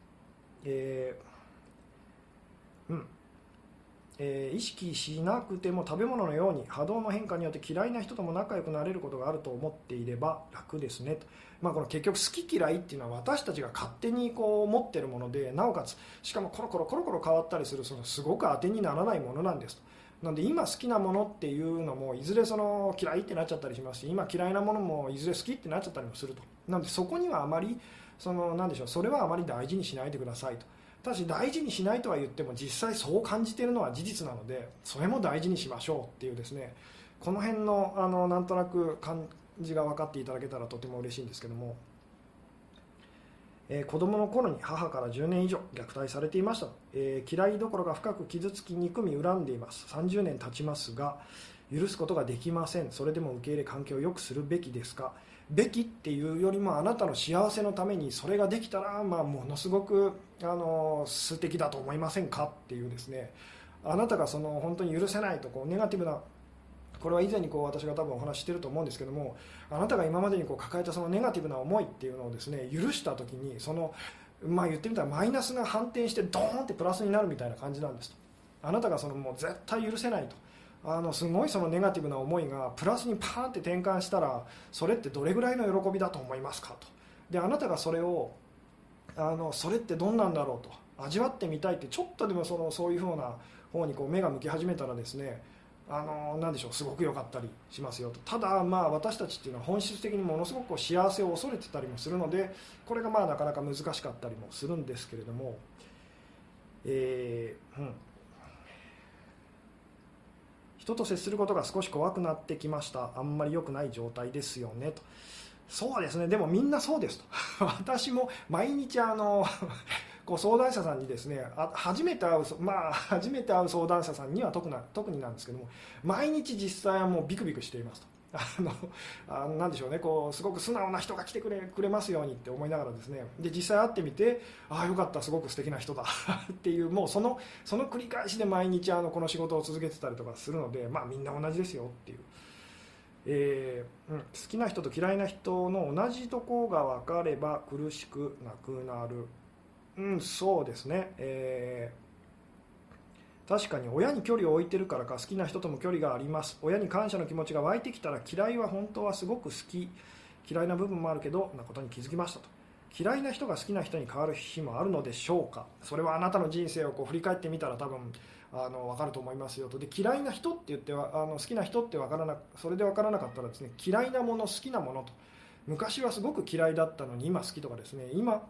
意識しなくても食べ物のように波動の変化によって嫌いな人とも仲良くなれることがあると思っていれば楽ですねと。この結局好き嫌いっていうのは私たちが勝手に持っているもので、なおかつしかもコロコロ変わったりするすごく当てにならないものなんですと。なので今好きなものっていうのもいずれ嫌いってなっちゃったりしますし、今嫌いなものもいずれ好きってなっちゃったりもすると。なのでそこにはあまりなんでしょう、それはあまり大事にしないでくださいと。ただし大事にしないとは言っても実際そう感じているのは事実なので、それも大事にしましょうっていうですね、この辺のなんとなく感じが分かっていただけたらとても嬉しいんですけども、子供の頃に母から10年以上虐待されていました、嫌いどころか深く傷つき憎み恨んでいます。30年経ちますが許すことができません。それでも受け入れ関係を良くするべきですか。べきっていうよりもあなたの幸せのためにそれができたら、ものすごく素敵だと思いませんかっていうですね、あなたが本当に許せないとネガティブな、これは以前に私が多分お話ししてると思うんですけども、あなたが今までに抱えたネガティブな思いっていうのをですね許した時に言ってみたらマイナスが反転してドーンってプラスになるみたいな感じなんですと。 あなたがもう絶対許せないと、すごいそのネガティブな思いがプラスにパーンって転換したら、それってどれぐらいの喜びだと思いますかと。であなたがそれをそれってどんなんだろうと味わってみたいって、ちょっとでもそういう風な方に目が向き始めたらですね、なんでしょう、すごく良かったりしますよと。ただ私たちっていうのは本質的にものすごく幸せを恐れてたりもするので、これがなかなか難しかったりもするんですけれども、人と接することが少し怖くなってきました。あんまり良くない状態ですよねと。そうですね、でもみんなそうですと私も毎日相談者さんにですね、初めて会う相談者さんには特になんですけども、毎日実際はもうビクビクしていますと。なんでしょうね、すごく素直な人が来てくれますようにって思いながらですね、で実際会ってみて、よかった、すごく素敵な人だっていう、もうその繰り返しで毎日この仕事を続けてたりとかするので、みんな同じですよっていう。好きな人と嫌いな人の同じところが分かれば苦しくなくなる。そうですね、確かに親に距離を置いてるからか好きな人とも距離があります。親に感謝の気持ちが湧いてきたら、嫌いは本当はすごく好き、嫌いな部分もあるけどなことに気づきましたと。嫌いな人が好きな人に変わる日もあるのでしょうか。それはあなたの人生を振り返ってみたら多分分かると思いますよと。で嫌いな人って言っては好きな人ってそれで分からなかったらですね、嫌いなもの、好きなものと。昔はすごく嫌いだったのに今好きとかですね、今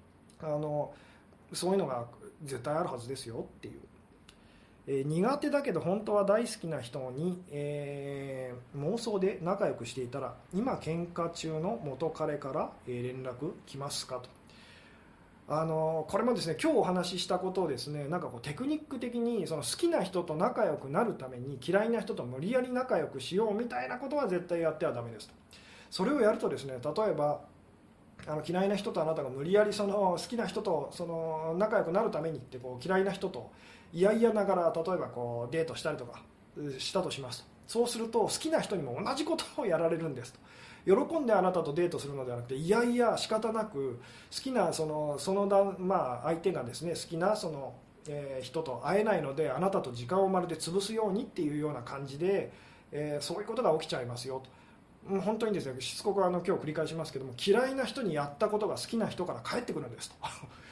そういうのが絶対あるはずですよっていう。苦手だけど本当は大好きな人に、妄想で仲良くしていたら、今喧嘩中の元彼から、連絡来ますかと。これもですね、今日お話ししたことをですね、テクニック的に好きな人と仲良くなるために嫌いな人と無理やり仲良くしようみたいなことは絶対やってはダメですと。それをやるとですね、例えば嫌いな人とあなたが無理やり好きな人と仲良くなるためにって嫌いな人と嫌々ながら例えばデートしたりとかしたとしますと。そうすると好きな人にも同じことをやられるんですと。喜んであなたとデートするのではなくて、いやいや仕方なく好きな相手がですね、好きな人と会えないのであなたと時間をまるで潰すようにっていうような感じで、そういうことが起きちゃいますよと。本当にですね、しつこく今日繰り返しますけども、嫌いな人にやったことが好きな人から返ってくるんですと。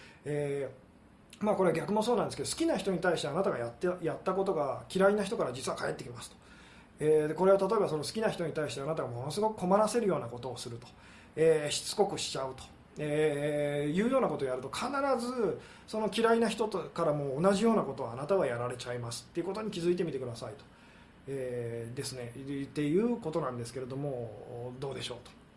これは逆もそうなんですけど、好きな人に対してあなたがやったことが嫌いな人から実は返ってきますと。でこれは例えば好きな人に対してあなたがものすごく困らせるようなことをすると、しつこくしちゃうと、いうようなことをやると、必ず嫌いな人からも同じようなことをあなたはやられちゃいますっていうことに気づいてみてくださいと、ですね、っていうことなんですけれども、どうでしょ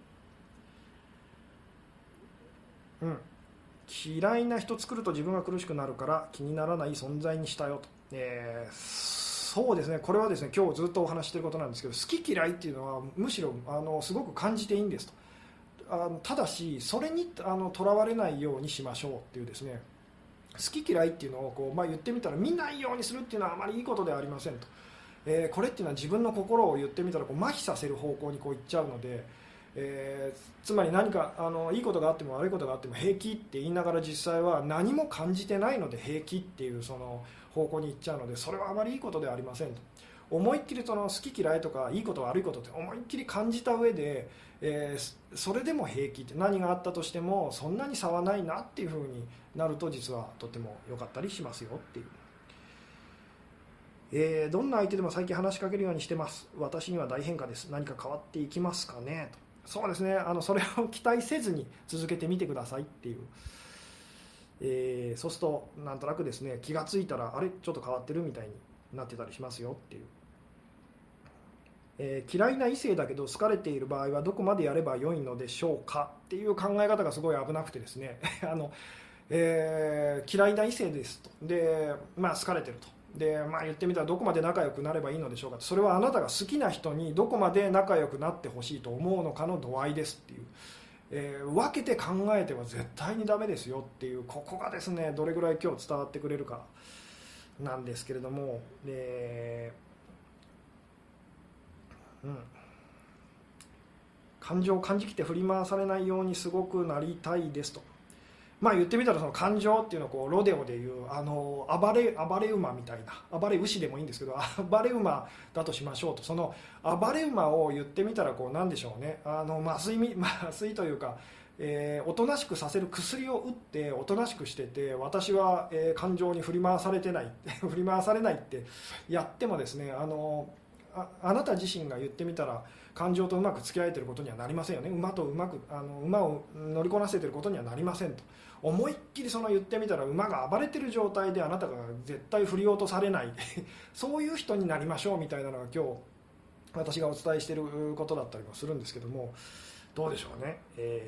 うと。嫌いな人作ると自分が苦しくなるから気にならない存在にしたよと。そうですね、これはですね、今日ずっとお話していることなんですけど、好き嫌いっていうのはむしろすごく感じていいんですと。ただしそれにとらわれないようにしましょうっていうですね、好き嫌いっていうのを言ってみたら見ないようにするっていうのはあまりいいことではありませんと。これっていうのは自分の心を言ってみたら麻痺させる方向にいっちゃうので、つまり何かいいことがあっても悪いことがあっても平気って言いながら、実際は何も感じてないので平気っていう方向に行っちゃうので、それはあまりいいことではありませんと。思いっきり好き嫌いとかいいこと悪いことって思いっきり感じた上で、それでも平気って、何があったとしてもそんなに差はないなっていう風になると、実はとても良かったりしますよっていう。どんな相手でも最近話しかけるようにしてます。私には大変化です。何か変わっていきますかねと。そうですね、それを期待せずに続けてみてくださいっていう。そうするとなんとなくですね、気がついたらあれちょっと変わってるみたいになってたりしますよっていう。嫌いな異性だけど好かれている場合はどこまでやれば良いのでしょうかっていう考え方がすごい危なくてですね嫌いな異性ですと。で、好かれてると。で、言ってみたらどこまで仲良くなればいいのでしょうかと。それはあなたが好きな人にどこまで仲良くなってほしいと思うのかの度合いですっていう。分けて考えては絶対にダメですよっていう、ここがですね、どれぐらい今日伝わってくれるかなんですけれども、感情を感じきって振り回されないようにすごくなりたいですと。 言ってみたらその感情っていうのをこうロデオでいう暴れ馬みたいな、暴れ牛でもいいんですけど暴れ馬だとしましょうと、その暴れ馬を言ってみたらこうなんでしょうね、麻酔というか、おとなしくさせる薬を打っておとなしくしてて、私は、感情に振り回されてない振り回されないってやってもですね、あなた自身が言ってみたら感情とうまく付き合えていることにはなりませんよね。馬とうまく馬を乗りこなせていることにはなりませんと。思いっきりその言ってみたら馬が暴れてる状態であなたが絶対振り落とされないそういう人になりましょうみたいなのが今日私がお伝えしていることだったりもするんですけども、どうでしょうね。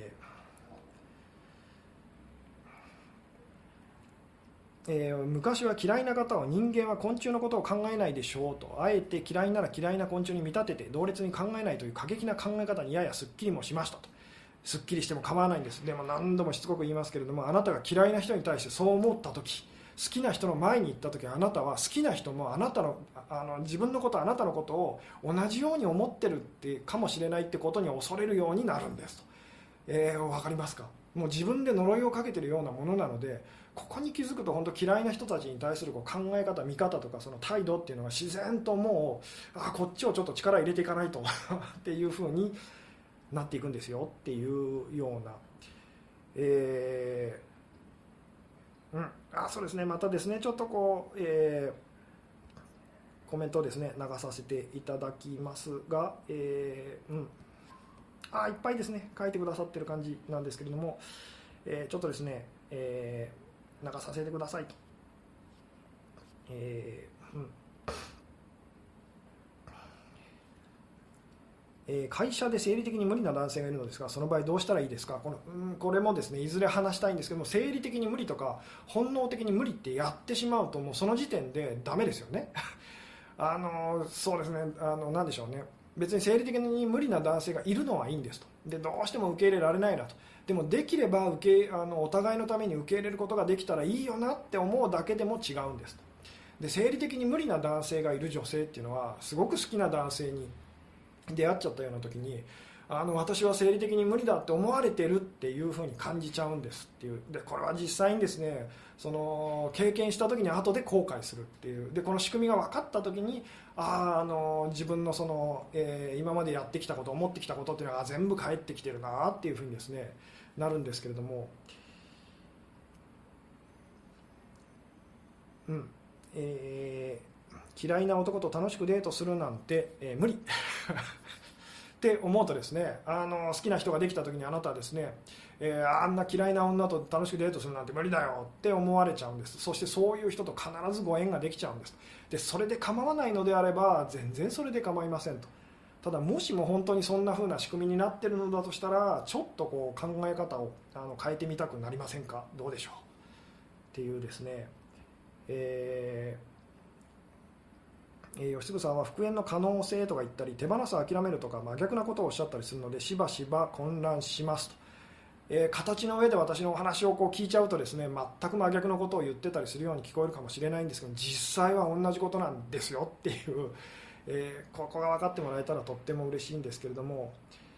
昔は嫌いな方は人間は昆虫のことを考えないでしょうと、あえて嫌いなら嫌いな昆虫に見立てて同列に考えないという過激な考え方にややすっきりもしましたと。すっきりしても構わないんです。でも何度もしつこく言いますけれども、あなたが嫌いな人に対してそう思った時、好きな人の前に行った時、あなたは好きな人もあなたの自分のこと、あなたのことを同じように思ってるってかもしれないってことに恐れるようになるんですと。分かりますか。もう自分で呪いをかけているようなものなので、ここに気づくと本当嫌いな人たちに対するこう考え方、見方とかその態度っていうのが自然ともうこっちをちょっと力入れていかないとっていう風になっていくんですよっていうような、そうですね。またですね、ちょっとこう、コメントをですね流させていただきますが、いっぱいですね書いてくださってる感じなんですけれども、ちょっとですね、流させてくださいと。会社で生理的に無理な男性がいるのですが、その場合どうしたらいいですか。これもですねいずれ話したいんですけども、生理的に無理とか本能的に無理ってやってしまうともうその時点でダメですよねそうですね、なんでしょうね、別に生理的に無理な男性がいるのはいいんですと。でどうしても受け入れられないなと。でもできればお互いのために受け入れることができたらいいよなって思うだけでも違うんですと。で生理的に無理な男性がいる女性っていうのはすごく好きな男性に出会っちゃったような時に私は生理的に無理だって思われてるっていう風に感じちゃうんですっていう。でこれは実際にですね、その経験した時に後で後悔するっていう。でこの仕組みが分かった時に自分のその、今までやってきたこと、思ってきたことっていうのは全部返ってきてるなっていう風にですねなるんですけれども、嫌いな男と楽しくデートするなんて、無理って思うとですね、好きな人ができた時にあなたはですね、あんな嫌いな女と楽しくデートするなんて無理だよって思われちゃうんです。そしてそういう人と必ずご縁ができちゃうんです。でそれで構わないのであれば全然それで構いませんと。ただもしも本当にそんな風な仕組みになっているのだとしたら、ちょっとこう考え方を変えてみたくなりませんか。どうでしょうっていうですね、吉嗣さんは復縁の可能性とか言ったり手放す諦めるとか真逆なことをおっしゃったりするのでしばしば混乱しますと。形の上で私のお話をこう聞いちゃうとですね、全く真逆のことを言ってたりするように聞こえるかもしれないんですけど、実際は同じことなんですよっていう、ここが分かってもらえたらとっても嬉しいんですけれども、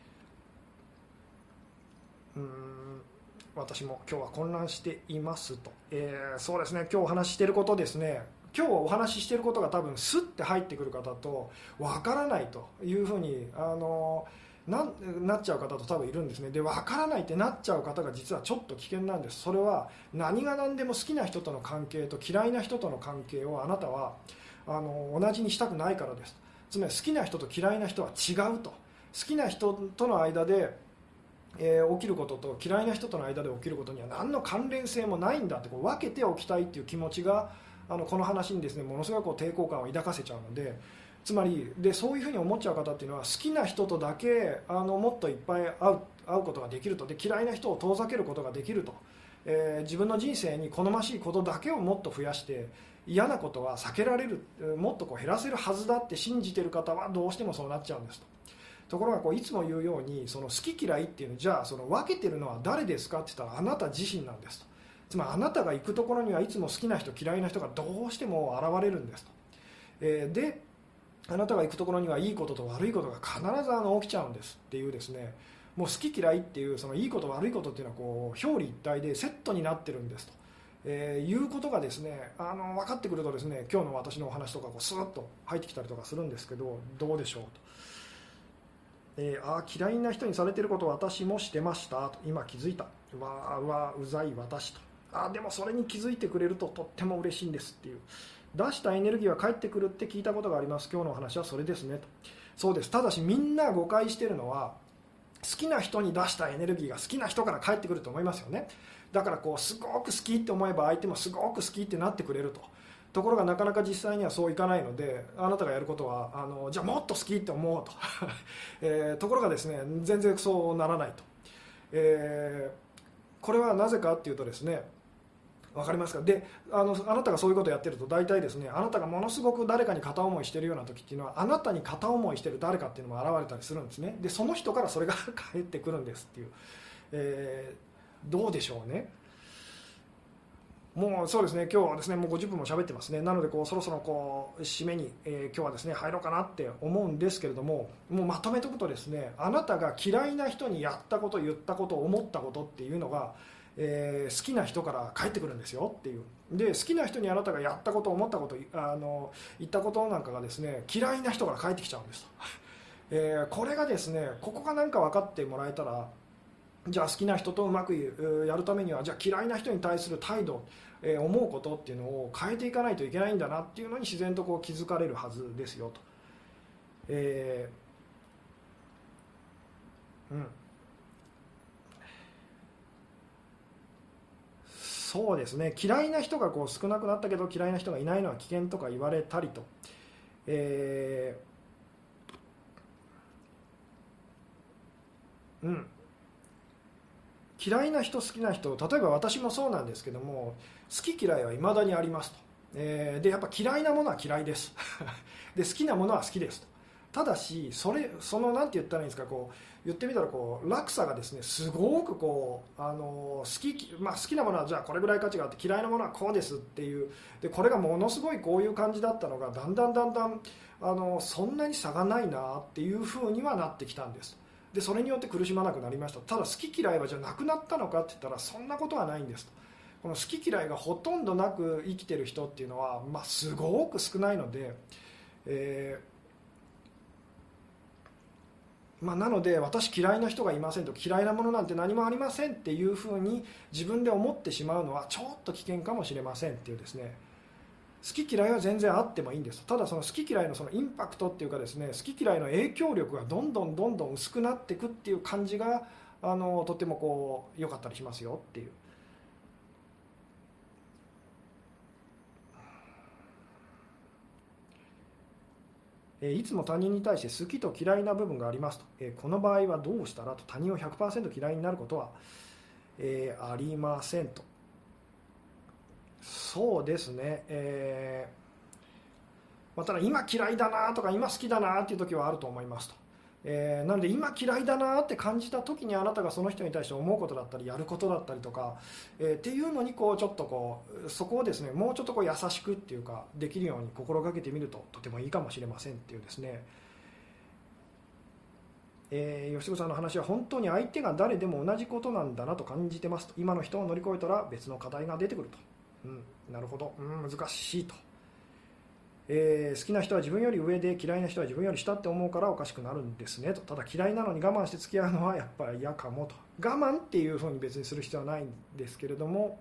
私も今日は混乱していますと。そうですね、今日お話ししていることですね、今日お話ししていることが多分スッて入ってくる方と分からないというふうになっちゃう方と多分いるんですね。で分からないってなっちゃう方が実はちょっと危険なんです。それは何が何でも好きな人との関係と嫌いな人との関係をあなたは同じにしたくないからです。つまり好きな人と嫌いな人は違うと。好きな人との間で起きることと嫌いな人との間で起きることには何の関連性もないんだってこう分けておきたいっていう気持ちがこの話にですねものすごく抵抗感を抱かせちゃうので、つまりでそういうふうに思っちゃう方っていうのは好きな人とだけもっといっぱい会うことができると。で嫌いな人を遠ざけることができると、自分の人生に好ましいことだけをもっと増やして嫌なことは避けられる、もっとこう減らせるはずだって信じている方はどうしてもそうなっちゃうんですと。ところがこういつも言うようにその好き嫌いっていうのじゃあその分けてるのは誰ですかって言ったらあなた自身なんですと。つまりあなたが行くところにはいつも好きな人嫌いな人がどうしても現れるんですと。であなたが行くところにはいいことと悪いことが必ず起きちゃうんですっていうですね、 もう好き嫌いっていうそのいいこと悪いことっていうのはこう表裏一体でセットになってるんですと、いうことがですね分かってくるとですね、今日の私のお話とかこうスーッと入ってきたりとかするんですけど、どうでしょうと、嫌いな人にされていることを私もしてましたと、今気づいた、うざい私と、でもそれに気づいてくれるととっても嬉しいんですっていう、出したエネルギーは返ってくるって聞いたことがあります、今日のお話はそれですねと。そうです。ただしみんな誤解しているのは、好きな人に出したエネルギーが好きな人から返ってくると思いますよね。だからこうすごく好きって思えば相手もすごく好きってなってくれると。ところがなかなか実際にはそういかないので、あなたがやることはじゃあもっと好きって思おうと、ところがですね全然そうならないと、これはなぜかっていうとですね、分かりますか。であなたがそういうことをやってると大体ですね、あなたがものすごく誰かに片思いしているような時っていうのは、あなたに片思いしている誰かっていうのも現れたりするんですね。でその人からそれが返ってくるんですっていう、どうでしょうね。もうそうですね、今日はですねもう50分も喋ってますね。なのでそろそろ締めに、今日はですね入ろうかなって思うんですけれども、もうまとめておくとですね、あなたが嫌いな人にやったこと、言ったこと、思ったことっていうのが、好きな人から返ってくるんですよっていう。で好きな人にあなたがやったこと、思ったこと、言ったことなんかがですね嫌いな人から返ってきちゃうんですと、これがですね、ここがなんか分かってもらえたら、じゃあ好きな人とうまくやるためには、じゃあ嫌いな人に対する態度、思うことっていうのを変えていかないといけないんだなっていうのに自然と気づかれるはずですよと、そうですね、嫌いな人が少なくなったけど嫌いな人がいないのは危険とか言われたりと、嫌いな人、好きな人、例えば私もそうなんですけども、好き嫌いは未だにありますと、でやっぱ嫌いなものは嫌いですで好きなものは好きですと。ただしそのなんて言ったらいいんですか、言ってみたら落差がですねすごく好きなものはじゃあこれぐらい価値があって、嫌いなものはこうですっていう。でこれがものすごいこういう感じだったのが、だんだんそんなに差がないなっていう風にはなってきたんです。でそれによって苦しまなくなりました。ただ好き嫌いはじゃあなくなったのかって言ったら、そんなことはないんですと。この好き嫌いがほとんどなく生きてる人っていうのは、すごく少ないので、なので私嫌いな人がいませんと、嫌いなものなんて何もありませんっていうふうに自分で思ってしまうのはちょっと危険かもしれませんっていうですね。好き嫌いは全然あってもいいんです。ただその好き嫌いのそのインパクトっていうかですね、好き嫌いの影響力がどんどん薄くなっていくっていう感じがとても良かったりしますよっていう。いつも他人に対して好きと嫌いな部分がありますと、この場合はどうしたらと。他人を 100% 嫌いになることは、ありませんと。そうですね、ただ今嫌いだなとか今好きだなっていう時はあると思いますと、なので今嫌いだなって感じた時に、あなたがその人に対して思うことだったりやることだったりとか、っていうのにちょっとそこをですねもうちょっと優しくっていうかできるように心がけてみるととてもいいかもしれませんっていうですね。吉子さんの話は本当に相手が誰でも同じことなんだなと感じてますと。今の人を乗り越えたら別の課題が出てくると。なるほど、難しいと。好きな人は自分より上で嫌いな人は自分より下って思うからおかしくなるんですねと。ただ嫌いなのに我慢して付き合うのはやっぱり嫌かもと。我慢っていうふうに別にする必要はないんですけれども、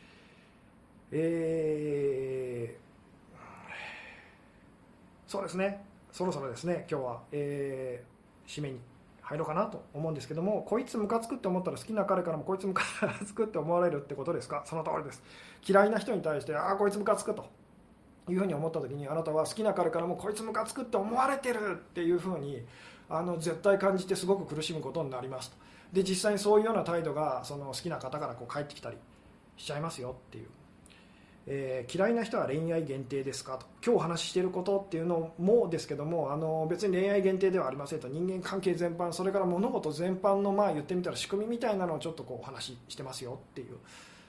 そうですね、そろそろですね今日は、締めに入ろうかなと思うんですけども、こいつムカつくって思ったら好きな彼からもこいつムカつくって思われるってことですか。その通りです。嫌いな人に対してこいつムカつくというふうに思った時に、あなたは好きな彼からもこいつムカつくって思われてるっていうふうに絶対感じてすごく苦しむことになりますと。で実際にそういうような態度がその好きな方から返ってきたりしちゃいますよっていう。嫌いな人は恋愛限定ですかと。今日お話ししていることっていうのもですけども、別に恋愛限定ではありませんと。人間関係全般、それから物事全般の言ってみたら仕組みみたいなのをちょっとお話ししてますよっていう。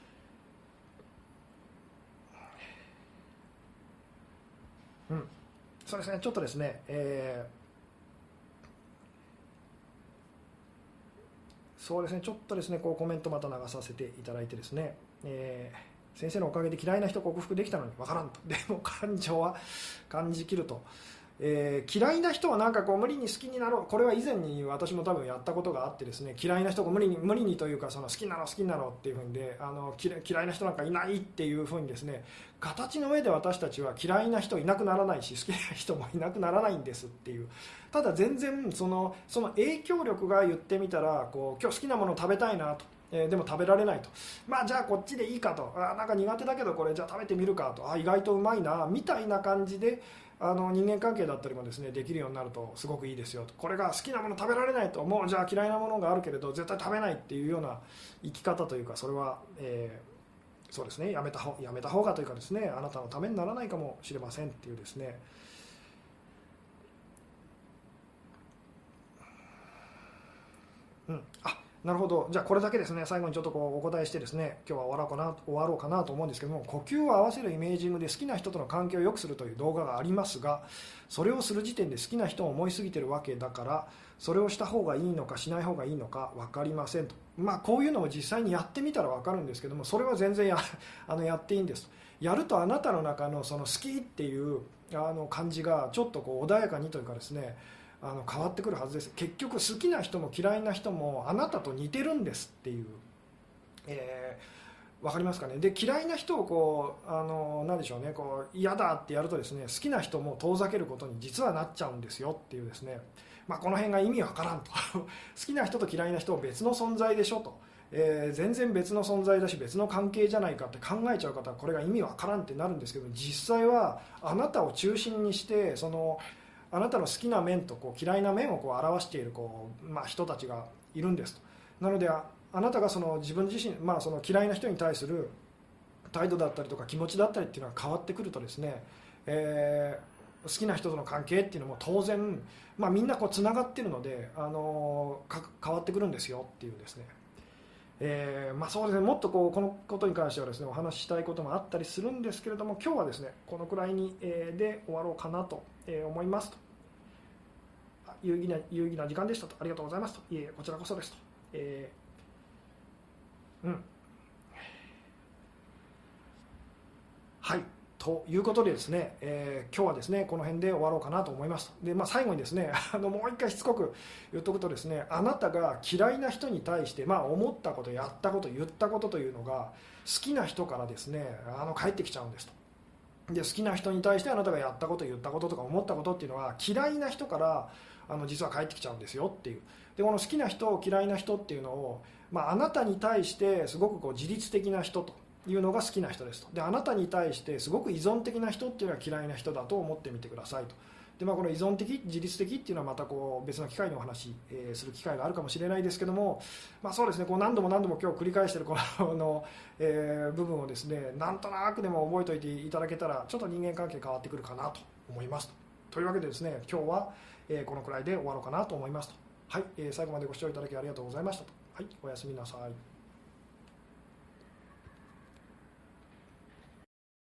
そうですね、ちょっとですね、 そうですね、ちょっとですねこうコメントまた流させていただいてですね、先生のおかげで嫌いな人克服できたのに分からんと、でも感情は感じきると、嫌いな人はなんかこう無理に好きになろう、これは以前に私も多分やったことがあってですね、嫌いな人が無理にというか、その好きになろう好きになろうっていう風にで、嫌いな人なんかいないっていう風にですね、形の上で私たちは嫌いな人いなくならないし好きな人もいなくならないんですっていう、ただ全然その影響力が言ってみたら、こう今日好きなものを食べたいなと、でも食べられないと、まあじゃあこっちでいいかと、なんか苦手だけどこれじゃあ食べてみるかと、意外とうまいなみたいな感じで人間関係だったりもですねできるようになるとすごくいいですよと。これが好きなもの食べられないと、もうじゃあ嫌いなものがあるけれど絶対食べないっていうような生き方というか、それは、そうですね、やめた方がというかですね、あなたのためにならないかもしれませんっていうですね、なるほど。じゃあこれだけですね、最後にちょっとこうお答えしてですね、今日は終わろうかなと思うんですけども、呼吸を合わせるイメージングで好きな人との関係を良くするという動画がありますが、それをする時点で好きな人を思いすぎてるわけだから、それをした方がいいのかしない方がいいのか分かりませんと。こういうのを実際にやってみたら分かるんですけども、それは全然やっていいんです。やるとあなたの中のその好きっていう感じがちょっとこう穏やかにというかですね、変わってくるはずです。結局好きな人も嫌いな人もあなたと似てるんですっていう、分かりますかね。で嫌いな人をこう何でしょうね、こう嫌だってやるとですね、好きな人も遠ざけることに実はなっちゃうんですよっていうですね、この辺が意味わからんと好きな人と嫌いな人は別の存在でしょと、全然別の存在だし別の関係じゃないかって考えちゃう方はこれが意味わからんってなるんですけど、実際はあなたを中心にしてあなたの好きな面とこう嫌いな面をこう表している人たちがいるんですと。なのであなたが自分自身、その嫌いな人に対する態度だったりとか気持ちだったりっていうのが変わってくるとですね、好きな人との関係っていうのも当然、みんなこうつながっているので、変わってくるんですよっていうですね、そうですね、もっとこのことに関してはですねお話ししたいこともあったりするんですけれども、今日はですねこのくらいに、で終わろうかなと思いますと。有意義な時間でしたと、ありがとうございますと、いえこちらこそですと、はいということでですね、今日はですねこの辺で終わろうかなと思います。で、最後にですねもう一回しつこく言っとくとですね、あなたが嫌いな人に対して、思ったことやったこと言ったことというのが好きな人からですね返ってきちゃうんですと。で好きな人に対してあなたがやったこと言ったこととか思ったことっていうのは嫌いな人から実は返ってきちゃうんですよっていう。でこの好きな人嫌いな人っていうのを、あなたに対してすごくこう自律的な人というのが好きな人ですと。であなたに対してすごく依存的な人っていうのは嫌いな人だと思ってみてくださいと。でこの依存的自律的っていうのはまたこう別の機会にお話し、する機会があるかもしれないですけども、そうですね、こう何度も今日繰り返しているこの部分をですねなんとなくでも覚えておいていただけたらちょっと人間関係変わってくるかなと思いますというわけでですね、今日はこのくらいで終わろうかなと思いますと。はい、最後までご視聴いただきありがとうございましたと。はい、おやすみなさい。